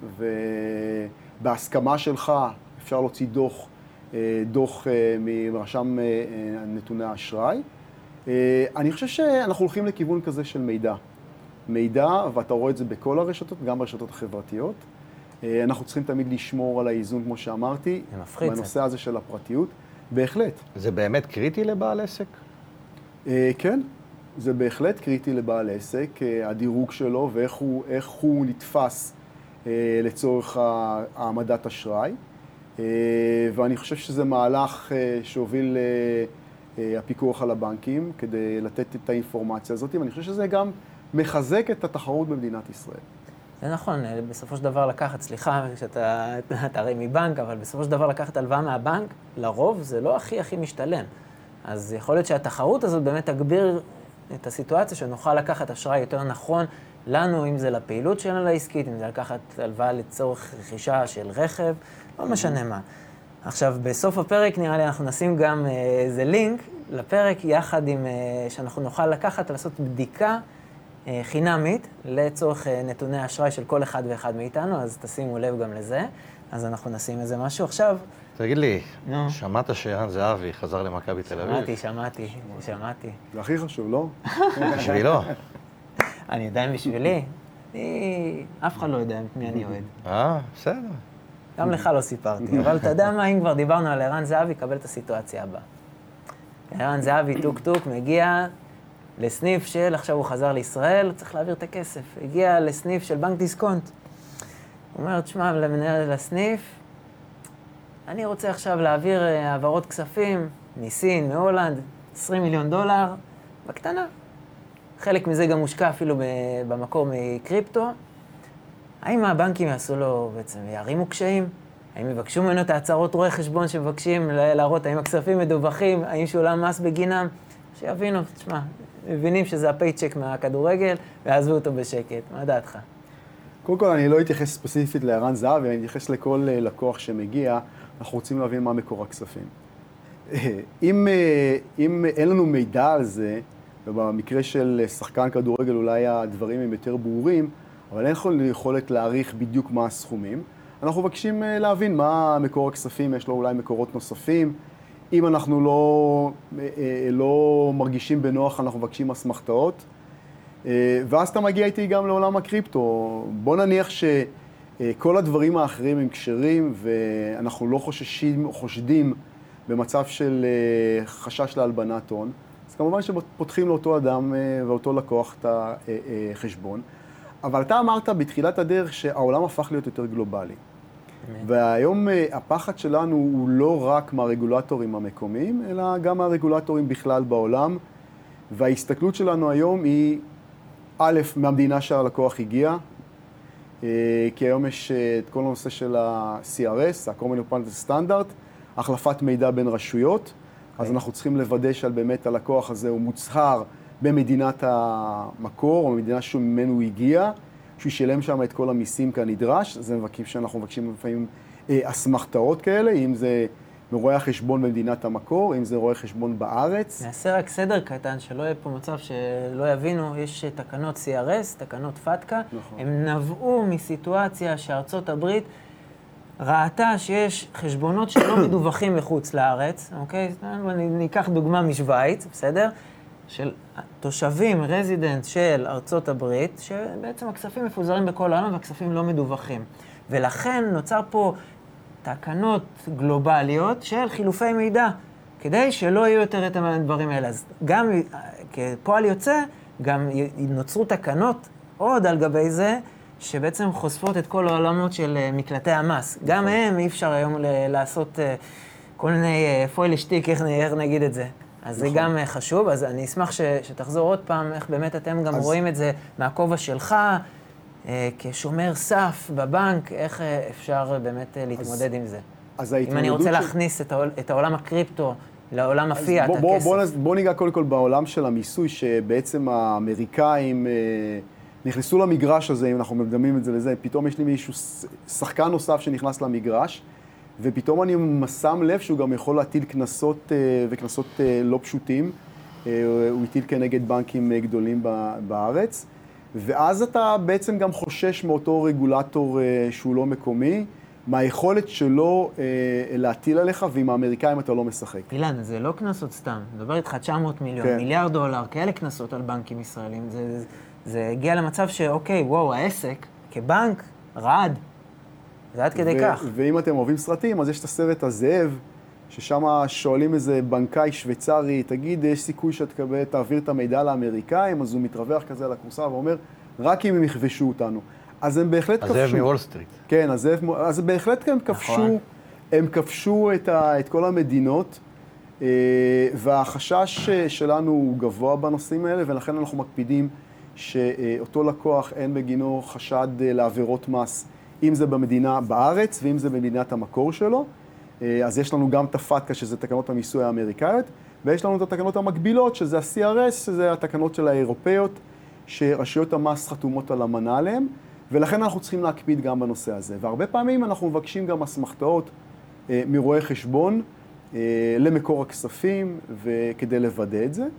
ובהסכמה שלך אפשר להוציא דוח, אה, דוח אה, מרשם אה, אה, נתוני האשראי. אה, אני חושב שאנחנו הולכים לכיוון כזה של מידע. מידע, ואתה רואה את זה בכל הרשתות, גם ברשתות החברתיות. אה, אנחנו צריכים תמיד לשמור על האיזון, כמו שאמרתי, זה מפחיד קצת. בנושא הזה של הפרטיות. בהחלט. זה באמת קריטי לבעל עסק? אה, כן, זה בהחלט קריטי לבעל עסק, אה, הדירוג שלו ואיך הוא, איך הוא נתפס אה, לצורך ה- העמדת אשראי. אה, ואני חושב שזה מהלך אה, שהוביל אה, אה, הפיקוח על הבנקים כדי לתת את האינפורמציה הזאת, ואני חושב שזה גם מחזק את התחרות במדינת ישראל. זה נכון, בסופו של דבר לקחת, סליחה, שאתה אתה הרי מבנק, אבל בסופו של דבר לקחת הלוואה מהבנק, לרוב זה לא הכי הכי משתלם. אז יכול להיות שהתחרות הזאת באמת תגביר את הסיטואציה, שנוכל לקחת אשראי יותר נכון לנו, אם זה לפעילות שלנו לעסקית, אם זה לקחת הלוואה לצורך רכישה של רכב, לא משנה מה. עכשיו, בסוף הפרק נראה לי אנחנו נשים גם איזה לינק לפרק, יחד עם, אה, שאנחנו נוכל לקחת, לעשות בדיקה אה, חינמית לצורך אה, נתוני האשראי של כל אחד ואחד מאיתנו, אז תשימו לב גם לזה. אז אנחנו נשים איזה משהו עכשיו. תגיד לי, נו. שמעת שערן זהבי חזר למכבי תל אביב? שמעתי, שמעתי, שמעתי. זה הכי חשוב, לא? בשבילו. אני יודע אם בשבילי, אני... אף אחד לא יודע את מי אני אוהד. אה, בסדר. גם לך לא סיפרתי, אבל אתה יודע מה, אם כבר דיברנו על ערן זהבי, קבל את הסיטואציה הבאה. ערן זהבי, טוק טוק, מגיע לסניף של, עכשיו הוא חזר לישראל, צריך להעביר את הכסף. הגיע לסניף של בנק דיסקונט. הוא אומר, תשמע, למנהל הסניף, אני רוצה עכשיו להעביר אה, העברות כספים מסין, מהולנד, עשרים מיליון דולר, בקטנה. חלק מזה גם מושקע אפילו ב- במקור מקריפטו. האם הבנקים יעשו לו בעצם, יערימו קשיים? האם יבקשו ממנו את ההצהרות רואי חשבון שמבקשים להראות האם הכספים מדווחים, האם שולם מס בגינם? שיבינו, תשמע, מבינים שזה הפייצ'ק מהכדורגל, ויעזבו אותו בשקט. מה דעתך? קודם כל, אני לא אתייחס ספציפית לערן זהבי, אני אתייחס לכל אה, לקוח שמגיע, אנחנו רוצים להבין מה מקור הכספים. אה, אם, אה, אם אין לנו מידע על זה, ובמקרה של שחקן כדורגל אולי הדברים הם יותר ברורים, אבל אין לנו יכולת להעריך בדיוק מה הסכומים, אנחנו מבקשים אה, להבין מה מקור הכספים, יש לו אולי מקורות נוספים. אם אנחנו לא, אה, אה, לא מרגישים בנוח, אנחנו מבקשים אסמכתאות. ואז אתה מגיע איתי גם לעולם הקריפטו. בוא נניח שכל הדברים האחרים הם כשרים, ואנחנו לא חוששים או חושדים במצב של חשש להלבנת הון, אז כמובן שפותחים לאותו אדם ואותו לקוח את החשבון. אבל אתה אמרת בתחילת הדרך שהעולם הפך להיות יותר גלובלי. והיום הפחד שלנו הוא לא רק מהרגולטורים המקומיים, אלא גם מהרגולטורים בכלל בעולם. וההסתכלות שלנו היום היא א', מהמדינה שהלקוח הגיע, כי היום יש את כל הנושא של ה-סי אר אס, ה-Common Appliance Standard, החלפת מידע בין רשויות, okay. אז אנחנו צריכים לוודא שעל באמת הלקוח הזה הוא מוצהר במדינת המקור, או במדינה שממנו הוא הגיע, שהוא ישלם שם את כל המיסים כנדרש, זה מבקשים שאנחנו מבקשים לפעמים אסמכתאות כאלה, אם זה מרואה החשבון במדינת המקור, אם זה רואה חשבון בארץ. נעשה רק סדר קטן, שלא יהיה פה מצב שלא יבינו, יש תקנות סי אר אס, תקנות פתקה, נכון. הם נבעו מסיטואציה שארצות הברית ראתה שיש חשבונות שלא מדווחים מחוץ לארץ, אוקיי? ניקח דוגמה משוויץ, בסדר? של תושבים, רזידנט של ארצות הברית, שבעצם הכספים מפוזרים בכל העולם והכספים לא מדווחים. ולכן נוצר פה תקנות גלובליות של חילופי מידע, כדי שלא יהיו יותר את הדברים האלה. אז גם כפועל יוצא, גם נוצרו תקנות עוד על גבי זה, שבעצם חושפות את כל העולמות של מקלטי המס. גם הם אי אפשר היום לעשות כל מיני פויל שטיק, איך נגיד את זה. אז זה גם חשוב, אז אני אשמח ש, שתחזור עוד פעם, איך באמת אתם גם אז... רואים את זה מהכובע שלך, אה, כשומר סף בבנק, איך אפשר באמת להתמודד אז, עם זה. אז אם אני רוצה ש... להכניס את, העול, את העולם הקריפטו לעולם הפיאט, בוא, הכסף. בוא, בוא, בוא ניגע קודם כל בעולם של המיסוי, שבעצם האמריקאים אה, נכנסו למגרש הזה, אם אנחנו מדמים את זה לזה, פתאום יש לי מישהו, שחקן נוסף שנכנס למגרש, ופתאום אני שם לב שהוא גם יכול להטיל קנסות וקנסות לא פשוטים. הוא הטיל כנגד בנקים גדולים בארץ. ואז אתה בעצם גם חושש מאותו רגולטור שהוא לא מקומי, מהיכולת שלו להטיל עליך, ועם האמריקאים אתה לא משחק. אילן, זה לא קנסות סתם. מדבר איתך תשע מאות מיליון, כן. מיליארד דולר, כאלה קנסות על בנקים ישראלים. זה, זה הגיע למצב שאוקיי, וואו, העסק כבנק רעד. זה עד כדי כך. ואם אתם אוהבים סרטים, אז יש את הסרט הזאב, ששם שואלים איזה בנקאי שוויצרי, תגיד, יש סיכוי שתעביר את המידע לאמריקאים, אז הוא מתרווח כזה על הכורסה ואומר, רק אם הם יכבשו אותנו. אז הם בהחלט כבשו. הזאב מוול סטריט. כן, הזאב, אז בהחלט הם כבשו, הם כבשו את, ה, את כל המדינות, והחשש שלנו הוא גבוה בנושאים האלה, ולכן אנחנו מקפידים שאותו לקוח אין בגינו חשד לעבירות מס, אם זה במדינה בארץ ואם זה במדינת המקור שלו. אז יש לנו גם את הפאטקה, שזה תקנות המיסוי האמריקאיות, ויש לנו את התקנות המקבילות, שזה ה-סי אר אס, שזה התקנות של האירופאיות, שרשויות המס חתומות על אמנה עליהן, ולכן אנחנו צריכים להקפיד גם בנושא הזה. והרבה פעמים אנחנו מבקשים גם אסמכתאות מרואי חשבון למקור הכספים, וכדי לוודא את זה.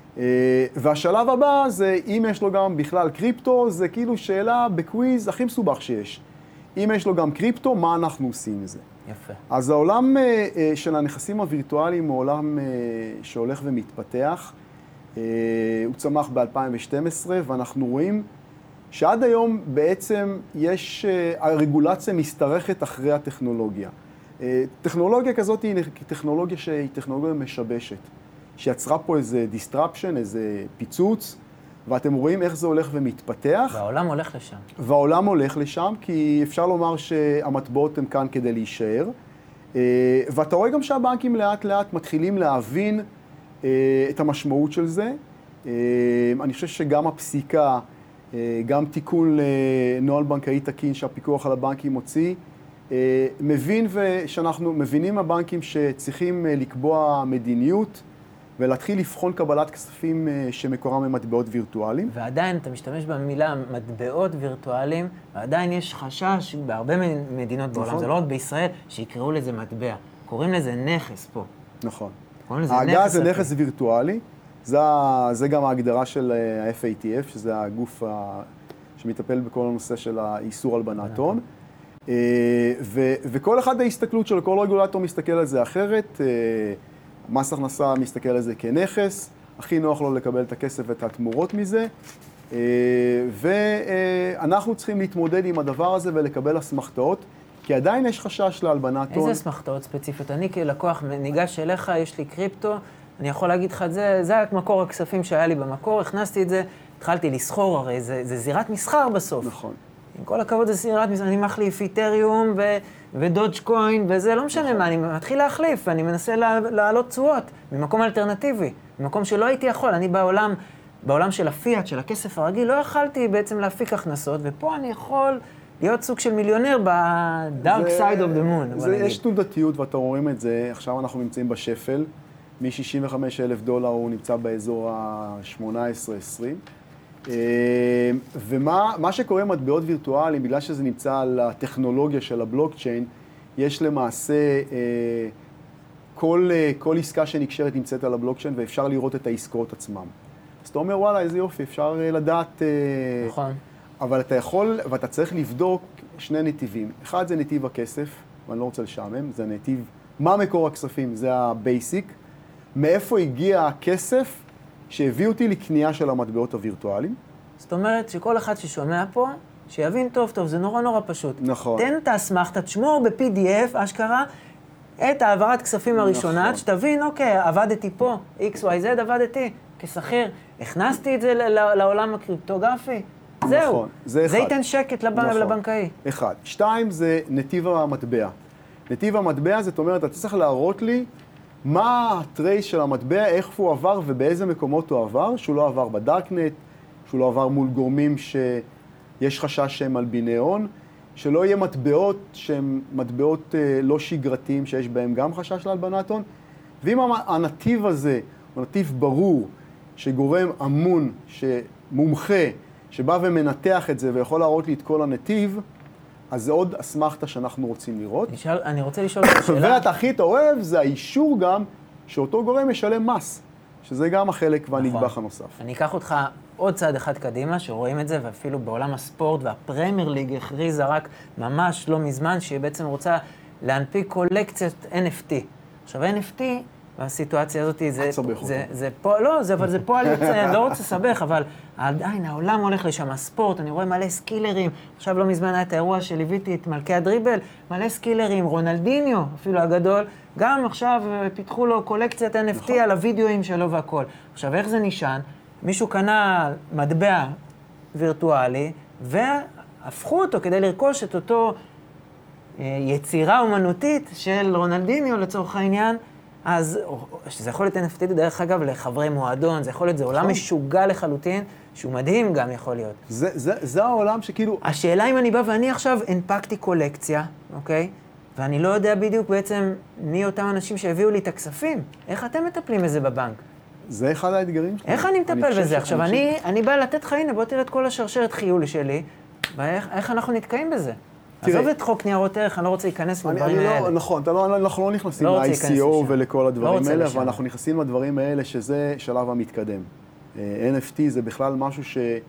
והשלב הבא זה, אם יש לו גם בכלל קריפטו, זה כאילו שאלה בקוויז הכי מסובך שיש. אם יש לו גם קריפטו, מה אנחנו עושים עם זה? יפה. אז העולם של הנכסים הווירטואליים הוא עולם שהולך ומתפתח. הוא צמח ב-אלפיים ושתים עשרה, ואנחנו רואים שעד היום בעצם יש, הרגולציה משתרכת אחרי הטכנולוגיה. טכנולוגיה כזאת היא טכנולוגיה שהיא טכנולוגיה משבשת, שיצרה פה איזה disruption, איזה פיצוץ, ואתם רואים איך זה הולך ומתפתח. והעולם הולך לשם. והעולם הולך לשם, כי אפשר לומר שהמטבעות הן כאן כדי להישאר. ואתה רואה גם שהבנקים לאט לאט מתחילים להבין את המשמעות של זה. אני חושב שגם הפסיקה, גם תיקון לנוהל בנקאי תקין שהפיקוח על הבנקים מוציא, מבין ושאנחנו מבינים הבנקים שצריכים לקבוע מדיניות, ולהתחיל לבחון קבלת כספים שמקורם ממטבעות וירטואליים. ועדיין אתה משתמש במילה מטבעות וירטואליים, ועדיין יש חשש בהרבה מדינות בעולם, נכון. זה לא רק בישראל, שיקראו לזה מטבע. קוראים לזה נכס פה. נכון. קוראים לזה ההגדרה נכס. זה נכס וירטואלי, זה, זה גם ההגדרה של ה-אף איי טי אף, שזה הגוף ה... שמטפל בכל הנושא של האיסור הלבנת הון. ו- וכל אחד ההסתכלות של כל רגולטור מסתכל על זה אחרת. מס הכנסה מסתכל על זה כנכס, הכי נוח לו לקבל את הכסף ואת התמורות מזה, ואנחנו צריכים להתמודד עם הדבר הזה ולקבל אסמכתאות, כי עדיין יש חשש להלבנת הון. איזה אסמכתאות ספציפיות? אני כלקוח ניגש אליך, יש לי קריפטו, אני יכול להגיד לך את זה, זה מקור הכספים שהיה לי במקור, הכנסתי את זה, התחלתי לסחור, הרי זה, זה זירת מסחר בסוף. נכון. עם כל הכבוד זה זירת מסחר, אני מחליף איתריום ו... ודודג' קוין, וזה לא משנה מה, אני מתחיל להחליף, ואני מנסה לעלות תשואות ממקום אלטרנטיבי, ממקום שלא הייתי יכול. אני בעולם, בעולם של הפיאט, של הכסף הרגיל, לא יכלתי בעצם להפיק הכנסות, ופה אני יכול להיות סוג של מיליונר ב-dark side of the moon. זה, יש תנודתיות, ואתה רואים את זה, עכשיו אנחנו נמצאים בשפל, מ-שישים וחמישה אלף דולר הוא נמצא באזור ה-שמונה עשרה עשרים. ומה מה שקורה עם מטבעות וירטואליים, בגלל שזה נמצא על הטכנולוגיה של הבלוקצ'יין, יש למעשה כל, כל עסקה שנקשרת נמצאת על הבלוקצ'יין, ואפשר לראות את העסקאות עצמם. אז אתה אומר, וואלה, איזה יופי, אפשר לדעת... נכון. אבל אתה יכול, ואתה צריך לבדוק שני נתיבים. אחד זה נתיב הכסף, ואני לא רוצה לשעמם, זה נתיב, מה מקור הכספים? זה הבייסיק. מאיפה הגיע הכסף שהביאו אותי לקנייה של המטבעות הווירטואליים. זאת אומרת שכל אחד ששומע פה, שיבין טוב טוב, זה נורא נורא פשוט. נכון. תן את האסמכתה, תשמור ב-פי די אף, אשכרה, את העברת כספים הראשונה, נכון. שתבין, אוקיי, עבדתי פה, אקס וואי זד עבדתי כשכיר, הכנסתי את זה ל- לעולם הקריפטוגרפי, זהו. נכון, זה אחד. זה ייתן שקט לב... נכון. לבנקאי. אחד. שתיים, זה נתיב המטבע. נתיב המטבע, זאת אומרת, אתה צריך להראות לי מה הטרייס של המטבע, איך הוא עבר ובאיזה מקומות הוא עבר, שהוא לא עבר בדארקנט, שהוא לא עבר מול גורמים שיש חשש שהם מלביני הון, שלא יהיה מטבעות שהם מטבעות אה, לא שגרתיים שיש בהם גם חשש להלבנת הון. ואם הנתיב הזה הוא נתיב ברור, שגורם אמון, שמומחה, שבא ומנתח את זה ויכול להראות לי את כל הנתיב, אז זה עוד אסמכתה שאנחנו רוצים לראות. נשאל, אני רוצה לשאול את השאלה. ואתה הכי אוהב, זה האישור גם שאותו גורם ישלם מס, שזה גם החלק והנדבך נכון. הנוסף. אני אקח אותך עוד צעד אחד קדימה, שרואים את זה, ואפילו בעולם הספורט והפרמייר ליג הכריזה רק ממש לא מזמן, שהיא בעצם רוצה להנפיק קולקציית אן אף טי. עכשיו, אן אף טי, בסיטואציה הזאת, זה, זה, זה פה, לא, זה, אבל זה פועל יוצא, אני לא רוצה לסבך, אבל עדיין העולם הולך לשם, הספורט, אני רואה מלא סקילרים, עכשיו לא מזמן היה את האירוע שליוויתי את מלכי הדריבל, מלא סקילרים, רונלדיניו, אפילו הגדול, גם עכשיו פיתחו לו קולקציית אן אף טי נכון. על הוידאוים שלו והכל. עכשיו, איך זה נשען? מישהו קנה מטבע וירטואלי, והפכו אותו כדי לרכוש את אותו יצירה אומנותית של רונלדיניו לצורך העניין, אז זה יכול להיות אן אף טי דרך אגב לחברי מועדון, זה יכול להיות, זה עולם משוגע לחלוטין, שהוא מדהים גם יכול להיות. זה, זה, זה העולם שכאילו... השאלה אם אני בא ואני עכשיו הנפקתי קולקציה, אוקיי? ואני לא יודע בדיוק בעצם מי אותם אנשים שהביאו לי את הכספים. איך אתם מטפלים בזה בבנק? זה אחד האתגרים שלנו. איך אני מטפל בזה? עכשיו, אני, אני בא לתת לך, הנה, בוא תראה את כל השרשרת חיול שלי, ואיך איך אנחנו נתקעים בזה? עזוב את חוק ניירות ערך, אני לא רוצה להיכנס לדברים האלה. נכון, אנחנו לא נכנסים ל-איי סי או ולכל הדברים האלה, אבל אנחנו נכנסים לדברים האלה שזה שלב המתקדם. אן אף טי זה בכלל משהו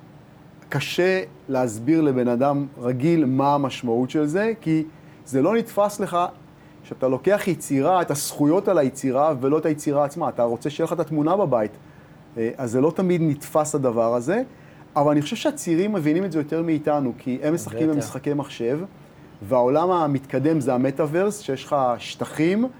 שקשה להסביר לבן אדם רגיל מה המשמעות של זה, כי זה לא נתפס לך שאתה לוקח יצירה, את הזכויות על היצירה ולא את היצירה עצמה. אתה רוצה שיהיה לך את התמונה בבית, אז זה לא תמיד נתפס הדבר הזה. אבל אני חושב שהצעירים מבינים את זה יותר מאיתנו, כי הם משחקים במשחקי מחשב, והעולם המתקדם זה המטאברס, שיש לך שטחים,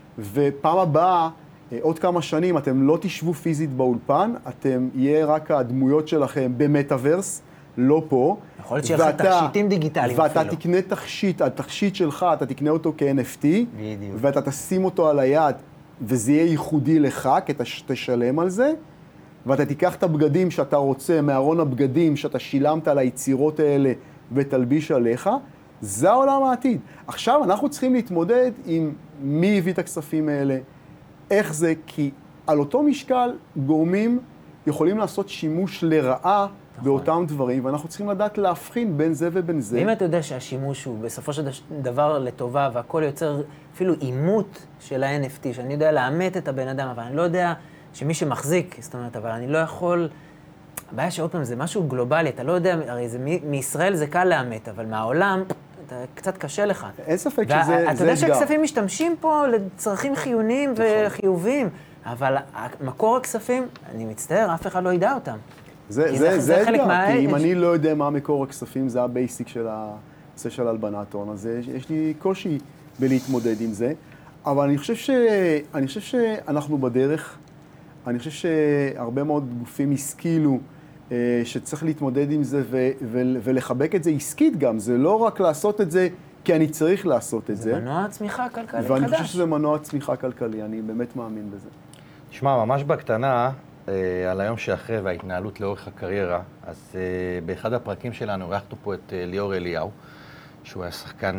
ופעם הבאה, עוד כמה שנים, אתם לא תשבו פיזית באולפן, אתם יהיה רק הדמויות שלכם במטאברס, לא פה. יכול להיות שיהיה לך תכשיטים דיגיטליים ואתה אפילו. תקנה תכשיט, התכשיט שלך, אתה תקנה אותו כ-אן אף טי, בדיוק. ואתה תשים אותו על היד, וזה יהיה ייחודי לך, כי אתה תשלם על זה, ואתה תיקח את הבגדים שאתה רוצה, מארון הבגדים שאתה שילמת על היצירות האלה ותלביש עליך, זה העולם העתיד. עכשיו אנחנו צריכים להתמודד עם מי הביא את הכספים האלה, איך זה, כי על אותו משקל גורמים יכולים לעשות שימוש לרעה נכון. באותם דברים, ואנחנו צריכים לדעת להבחין בין זה ובין זה. ואם אתה יודע שהשימוש הוא בסופו של דבר לטובה, והכל יוצר אפילו אימות של ה-אן אף טי, שאני יודע לאמת את הבן אדם, אבל אני לא יודע שמי שמחזיק, זאת אומרת, אבל אני לא יכול... הבעיה שעוד פעם זה משהו גלובלי, אתה לא יודע, הרי זה, מ- מישראל זה קל לאמת, אבל מהעולם, אתה קצת קשה לך. אין ספק שזה אתגר. אתה יודע שהכספים משתמשים פה לצרכים חיוניים וחיוביים, אבל מקור הכספים, אני מצטער, אף אחד לא ידע אותם. זה, זה, זה אתגר, כי אם אני לא יודע מה מקור הכספים, זה הבייסיק של הנושא של הלבנת הון, אז יש לי קושי בלהתמודד עם זה, אבל אני חושב ש... אני חושב שאנחנו בדרך, אני חושב שהרבה מאוד גופים השכילו שצריך להתמודד עם זה ו- ו- ולחבק את זה עסקית גם. זה לא רק לעשות את זה כי אני צריך לעשות את זה. זה מנוע צמיחה כלכלי חדש. ואני חושב שזה מנוע צמיחה כלכלי, אני באמת מאמין בזה. תשמע, ממש בקטנה, על היום שאחרי וההתנהלות לאורך הקריירה, אז באחד הפרקים שלנו ערכנו פה את ליאור אליהו, שהוא היה שחקן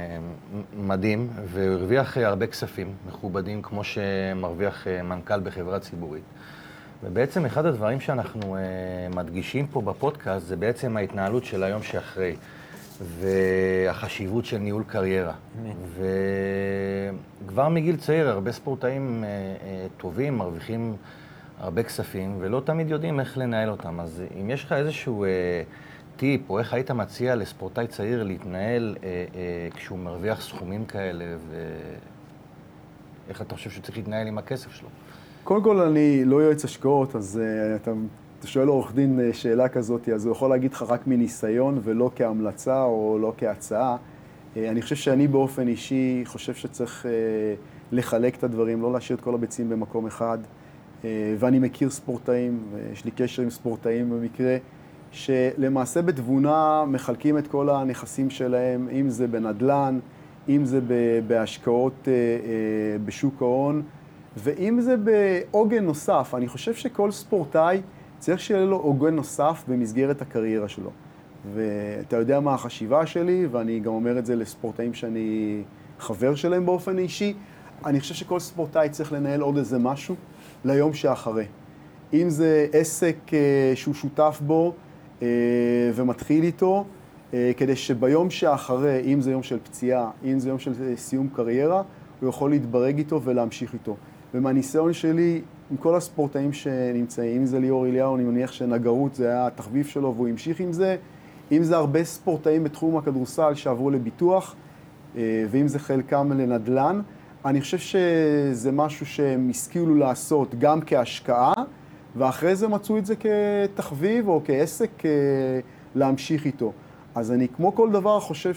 מדהים, והוא הרוויח הרבה כספים מכובדים, כמו שמרוויח מנכ"ל בחברה ציבורית. ובעצם אחד הדברים שאנחנו מדגישים פה בפודקאסט, זה בעצם ההתנהלות של היום שאחרי, והחשיבות של ניהול קריירה. וכבר מגיל צעיר, הרבה ספורטאים טובים, מרוויחים הרבה כספים, ולא תמיד יודעים איך לנהל אותם. אז אם יש לך איזשהו טיפ, או איך היית מציע לספורטאי צעיר להתנהל אה, אה, כשהוא מרוויח סכומים כאלה, ואיך אתה חושב שצריך להתנהל עם הכסף שלו? קודם כל, אני לא יועץ השקעות, אז uh, אתה, אתה שואל עורך דין uh, שאלה כזאת, אז הוא יכול להגיד לך רק מניסיון ולא כהמלצה או לא כהצעה. Uh, אני חושב שאני באופן אישי חושב שצריך uh, לחלק את הדברים, לא להשאיר את כל הביצים במקום אחד. Uh, ואני מכיר ספורטאים, ויש לי קשר עם ספורטאים במקרה, שלמעשה בתבונה מחלקים את כל הנכסים שלהם, אם זה בנדלן, אם זה בהשקעות uh, uh, בשוק ההון, ואם זה בעוגן נוסף. אני חושב שכל ספורטאי צריך שיהיה לו עוגן נוסף במסגרת הקריירה שלו. ואתה יודע מה החשיבה שלי, ואני גם אומר את זה לספורטאים שאני חבר שלהם באופן אישי. אני חושב שכל ספורטאי צריך לנהל עוד איזה משהו ליום שאחרי. אם זה עסק שהוא שותף בו ומתחיל איתו, כדי שביום שאחרי, אם זה יום של פציעה, אם זה יום של סיום קריירה, הוא יכול להתברג איתו ולהמשיך איתו. ומהניסיון שלי, עם כל הספורטאים שנמצאים, אם זה ליאור אליהו, אני מניח שנגרות זה היה התחביב שלו והוא המשיך עם זה, אם זה הרבה ספורטאים בתחום הכדורסל שעברו לביטוח, ואם זה חלקם לנדלן, אני חושב שזה משהו שהם השכילו לעשות גם כהשקעה, ואחרי זה מצאו את זה כתחביב או כעסק להמשיך איתו. אז אני כמו כל דבר חושב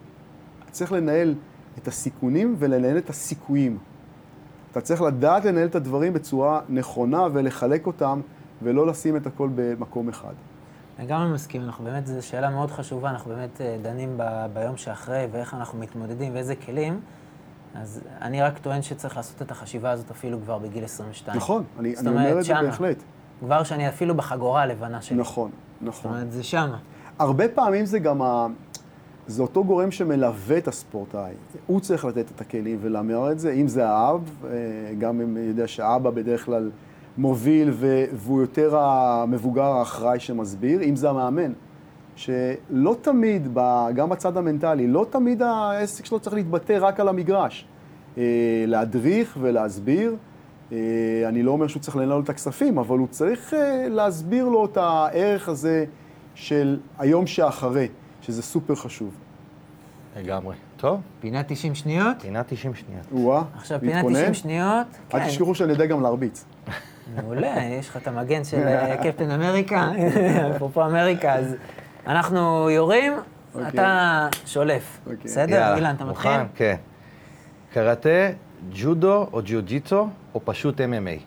שצריך לנהל את הסיכונים ולנהל את הסיכויים. אתה צריך לדעת לנהל את הדברים בצורה נכונה ולחלק אותם, ולא לשים את הכל במקום אחד. אני גם מסכים, אנחנו באמת, זו שאלה מאוד חשובה, אנחנו באמת דנים ב- ביום שאחרי, ואיך אנחנו מתמודדים ואיזה כלים. אז אני רק טוען שצריך לעשות את החשיבה הזאת אפילו כבר בגיל עשרים ושתיים. נכון, אני, אני אומר את זה בהחלט. כבר שאני אפילו בחגורה הלבנה שלי. נכון, נכון. זאת אומרת, זה שמה. הרבה פעמים זה גם ה... זה אותו גורם שמלווה את הספורטאי. הוא צריך לתת את הכלים ולאמר את זה. אם זה האב, גם אם יודע שהאבא בדרך כלל מוביל והוא יותר המבוגר האחראי שמסביר, אם זה המאמן. שלא תמיד, גם בצד המנטלי, לא תמיד העסק שלו צריך להתבטא רק על המגרש. להדריך ולהסביר. אני לא אומר שהוא צריך לנהל את הכספים, אבל הוא צריך להסביר לו את הערך הזה של היום שאחרי. שזה סופר חשוב. לגמרי. טוב. פינת תשעים שניות? פינת תשעים שניות. וואה, עכשיו, פינת תשעים שניות. אל תשכחו שאני יודע גם להרביץ. מעולה, יש לך את המגן של קפטן אמריקה, אפרופו אמריקה, אז אנחנו יורים, אתה שולף. בסדר? אילן, אתה מתחיל? מוכן? כן. קראטה, ג'ודו או ג'יוג'יטסו, או פשוט אם אם איי?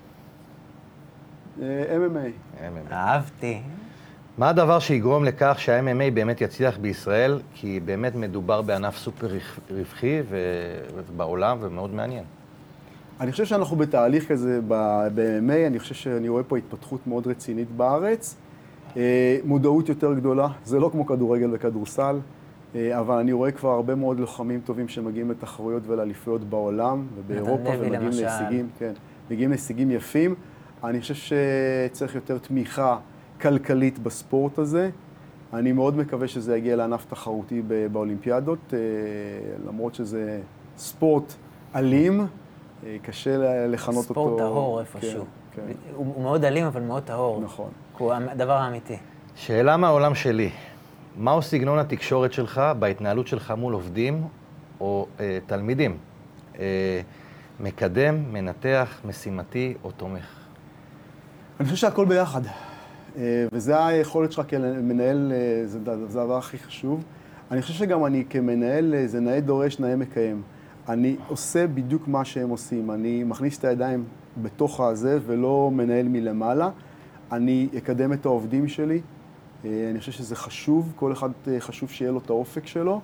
אם אם איי. אהבתי. מה הדבר שיגרום לכך שה-אם אם איי באמת יצליח בישראל? כי באמת מדובר בענף סופר רווחי ובעולם ומאוד מעניין. אני חושב שאנחנו בתהליך כזה ב-אם אם איי, אני חושב שאני רואה פה התפתחות מאוד רצינית בארץ. מודעות יותר גדולה, זה לא כמו כדורגל וכדורסל, אבל אני רואה כבר הרבה מאוד לוחמים טובים שמגיעים לתחרויות ולאליפויות בעולם ובאירופה ומגיעים להישגים, כן, מגיעים להישגים יפים. אני חושב שצריך יותר תמיכה כלכלית בספורט הזה. אני מאוד מקווה שזה יגיע לענף תחרותי באולימפיאדות, למרות שזה ספורט אלים, קשה לכנות אותו. ספורט טהור איפשהו. כן, כן. הוא מאוד אלים, אבל מאוד טהור. נכון. הוא הדבר האמיתי. שאלה מהעולם שלי, מהו סגנון התקשורת שלך בהתנהלות שלך מול עובדים או אה, תלמידים? אה, מקדם, מנתח, משימתי או תומך? אני חושב שהכל ביחד. וזה היכולת שלך כמנהל, זה הדבר הכי חשוב. אני חושב שגם אני כמנהל, זה נאה דורש, נאה מקיים. אני עושה בדיוק מה שהם עושים. אני מכניס את הידיים בתוך הזה ולא מנהל מלמעלה. אני אקדם את העובדים שלי. אני חושב שזה חשוב. כל אחד חשוב שיהיה לו את האופק שלו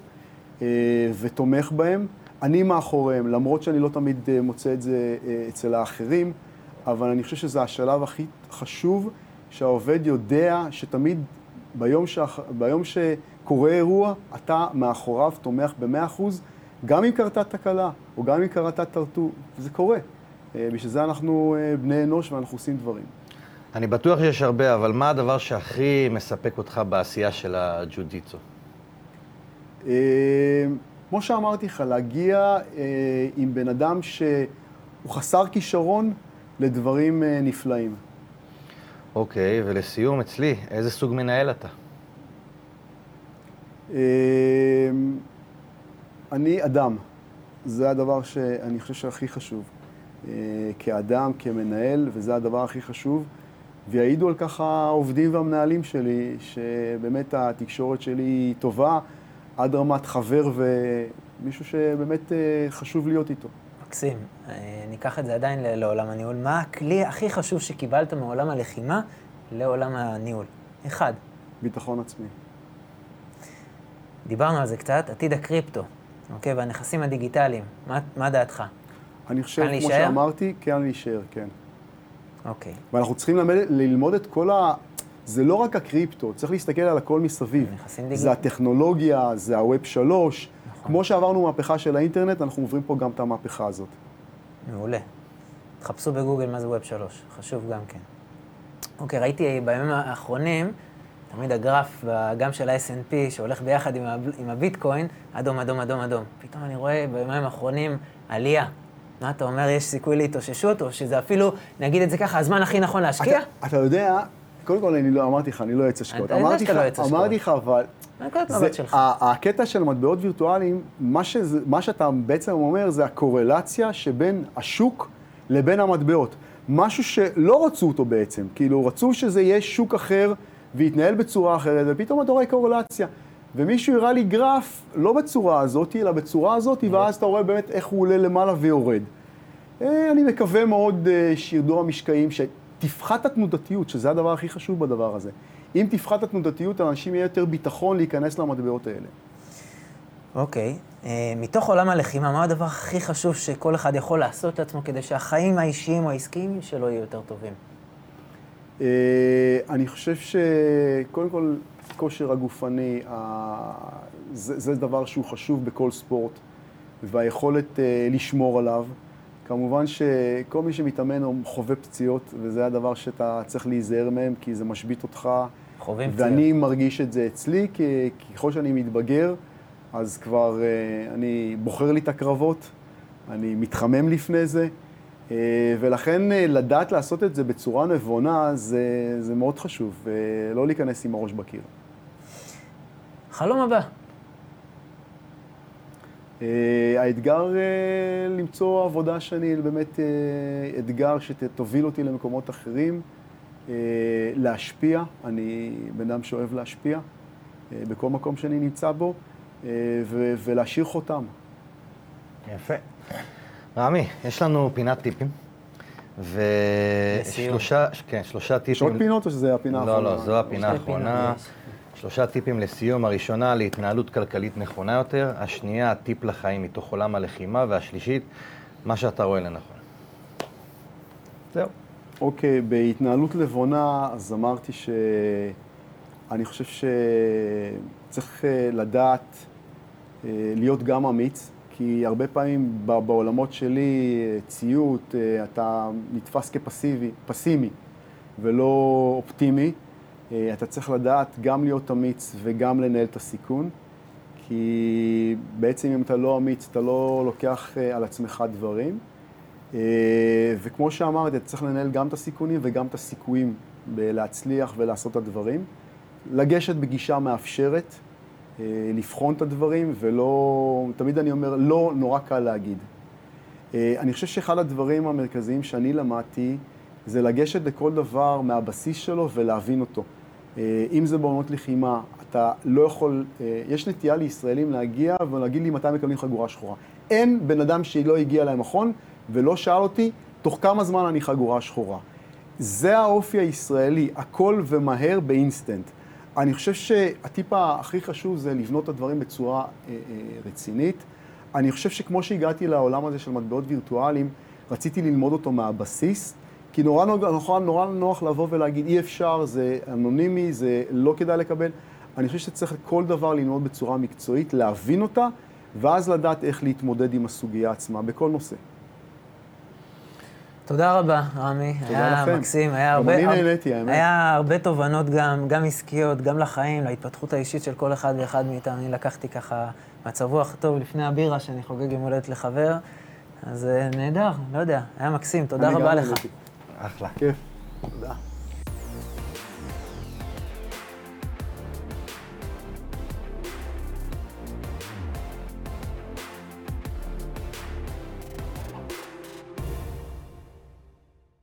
ותומך בהם. אני מאחוריהם, למרות שאני לא תמיד מוצא את זה אצל האחרים, אבל אני חושב שזה השלב הכי חשוב, שהעובד יודע שתמיד ביום, שאח... ביום שקורה אירוע, אתה מאחוריו תומך ב-מאה אחוז, גם אם קרתה תקלה, או גם אם קרתה טרטור, זה קורה. בשביל זה אנחנו בני אנוש ואנחנו עושים דברים. אני בטוח שיש הרבה, אבל מה הדבר שהכי מספק אותך בעשייה של הג'יוג'יטסו? כמו שאמרתי לך, להגיע עם בן אדם שהוא חסר כישרון לדברים נפלאים. אוקיי, ולסיום אצלי, איזה סוג מנהל אתה? אני אדם. זה הדבר שאני חושב שהכי חשוב. כאדם, כמנהל, וזה הדבר הכי חשוב. ויעידו על כך העובדים והמנהלים שלי, שבאמת התקשורת שלי היא טובה, עד רמת חבר ומישהו שבאמת חשוב להיות איתו. מקסים. ניקח את זה עדיין לעולם הניהול. מה הכלי הכי חשוב שקיבלת מעולם הלחימה לעולם הניהול? אחד. ביטחון עצמי. דיברנו על זה קצת, עתיד הקריפטו, אוקיי, והנכסים הדיגיטליים. מה, מה דעתך? אני חושב, כמו שאמרתי, כן להישאר, כן. אוקיי. ואנחנו צריכים ללמד, ללמוד את כל ה... זה לא רק הקריפטו, צריך להסתכל על הכל מסביב. זה הטכנולוגיה, זה הווב שלוש. נכון. כמו שעברנו מהפכה של האינטרנט, אנחנו עוברים פה גם את המהפכה הזאת. מעולה. תחפשו בגוגל מה זה ווב שלוש, חשוב גם כן. אוקיי, ראיתי בימים האחרונים, תמיד הגרף, גם של ה-אס אנד פי, שהולך ביחד עם, הב... עם הביטקוין, אדום, אדום, אדום, אדום. פתאום אני רואה בימים האחרונים עלייה. מה אתה אומר, יש סיכוי להתאוששות, או שזה אפילו, נגיד את זה ככה, הזמן הכי נכון להשקיע? אתה, אתה יודע, קודם כל אני לא אמרתי לך, אני לא אצא השקעות. אמרתי לך, אמרתי לך, אבל... זה, הקטע של מטבעות וירטואליים, מה, שזה, מה שאתה בעצם אומר, זה הקורלציה שבין השוק לבין המטבעות. משהו שלא רצו אותו בעצם, כאילו רצו שזה יהיה שוק אחר, והתנהל בצורה אחרת, ופתאום אתה רואה קורלציה. ומישהו הראה לי גרף, לא בצורה הזאת, אלא בצורה הזאת, ואז אתה רואה באמת איך הוא עולה למעלה ויורד. אני מקווה מאוד שירדו המשקעים, שתפחת התנודתיות, שזה הדבר הכי חשוב בדבר הזה. אם תפחת התנודתיות, האנשים יהיה יותר ביטחון להיכנס למטבעות האלה. אוקיי. מתוך עולם הלחימה, מה הדבר הכי חשוב שכל אחד יכול לעשות לעצמו, כדי שהחיים האישיים או העסקיים שלו יהיו יותר טובים? אני חושב שקודם כל, כושר הגופני, זה, זה דבר שהוא חשוב בכל ספורט, והיכולת לשמור עליו. כמובן שכל מי שמתאמן חווה פציעות, וזה הדבר שאתה צריך להיזהר מהם, כי זה משבית אותך. חווים פציעות. ואני מרגיש את זה אצלי, כי ככל שאני מתבגר, אז כבר אני בוחר לי את הקרבות, אני מתחמם לפני זה, ולכן לדעת לעשות את זה בצורה נבונה, זה, זה מאוד חשוב, ולא להיכנס עם הראש בקיר. חלום הבא. האתגר למצוא עבודה שאני באמת אתגר שתוביל אותי למקומות אחרים, להשפיע, אני בן אדם שאוהב להשפיע בכל מקום שאני נמצא בו, ולהשאיר חותם. יפה. רמי, יש לנו פינת טיפים, ושלושה, כן, שלושה טיפים. יש עוד פינות או שזה הפינה האחרונה? לא, לא, זו הפינה האחרונה. שלושה טיפים לסיום. הראשונה, להתנהלות כלכלית נכונה יותר. השנייה, טיפ לחיים מתוך עולם הלחימה. והשלישית, מה שאתה רואה לנכון. זהו. אוקיי, בהתנהלות לבונה, אז אמרתי שאני חושב שצריך לדעת להיות גם אמיץ, כי הרבה פעמים בעולמות שלי, ציות, אתה נתפס כפסיבי, פסימי ולא אופטימי. אתה צריך לדעת גם להיות אמיץ וגם לנהל את הסיכון, כי בעצם אם אתה לא אמיץ, אתה לא לוקח על עצמך דברים. וכמו שאמרתי, אתה צריך לנהל גם את הסיכונים וגם את הסיכויים להצליח ולעשות את הדברים. לגשת בגישה מאפשרת, לבחון את הדברים, ולא, תמיד אני אומר, לא נורא קל להגיד. אני חושב שאחד הדברים המרכזיים שאני למדתי, זה לגשת לכל דבר מהבסיס שלו ולהבין אותו. אם זה בעונות לחימה, אתה לא יכול, יש נטייה לישראלים להגיע ולהגיד לי מתי מקבלים חגורה שחורה. אין בן אדם שלא הגיע למכון ולא שאל אותי, תוך כמה זמן אני חגורה שחורה. זה האופי הישראלי, הכל ומהר באינסטנט. אני חושב שהטיפ הכי חשוב זה לבנות את הדברים בצורה אה, אה, רצינית. אני חושב שכמו שהגעתי לעולם הזה של מטבעות וירטואליים, רציתי ללמוד אותו מהבסיס, כי נורא נורא, נורא נוח לבוא ולהגיד אי אפשר, זה אנונימי, זה לא כדאי לקבל. אני חושב שצריך כל דבר ללמוד בצורה מקצועית, להבין אותה, ואז לדעת איך להתמודד עם הסוגיה עצמה בכל נושא. תודה רבה, רמי. היה מקסים, היה הרבה, אני נהניתי, האמת. היה הרבה תובנות גם, גם עסקיות, גם לחיים, להתפתחות האישית של כל אחד ואחד מאיתנו. אני לקחתי ככה מצב רוח טוב לפני הבירה שאני חוגג יום הולדת לחבר, אז נהדר, לא יודע, היה מקסים, תודה רבה לך. אחלה. כיף, תודה.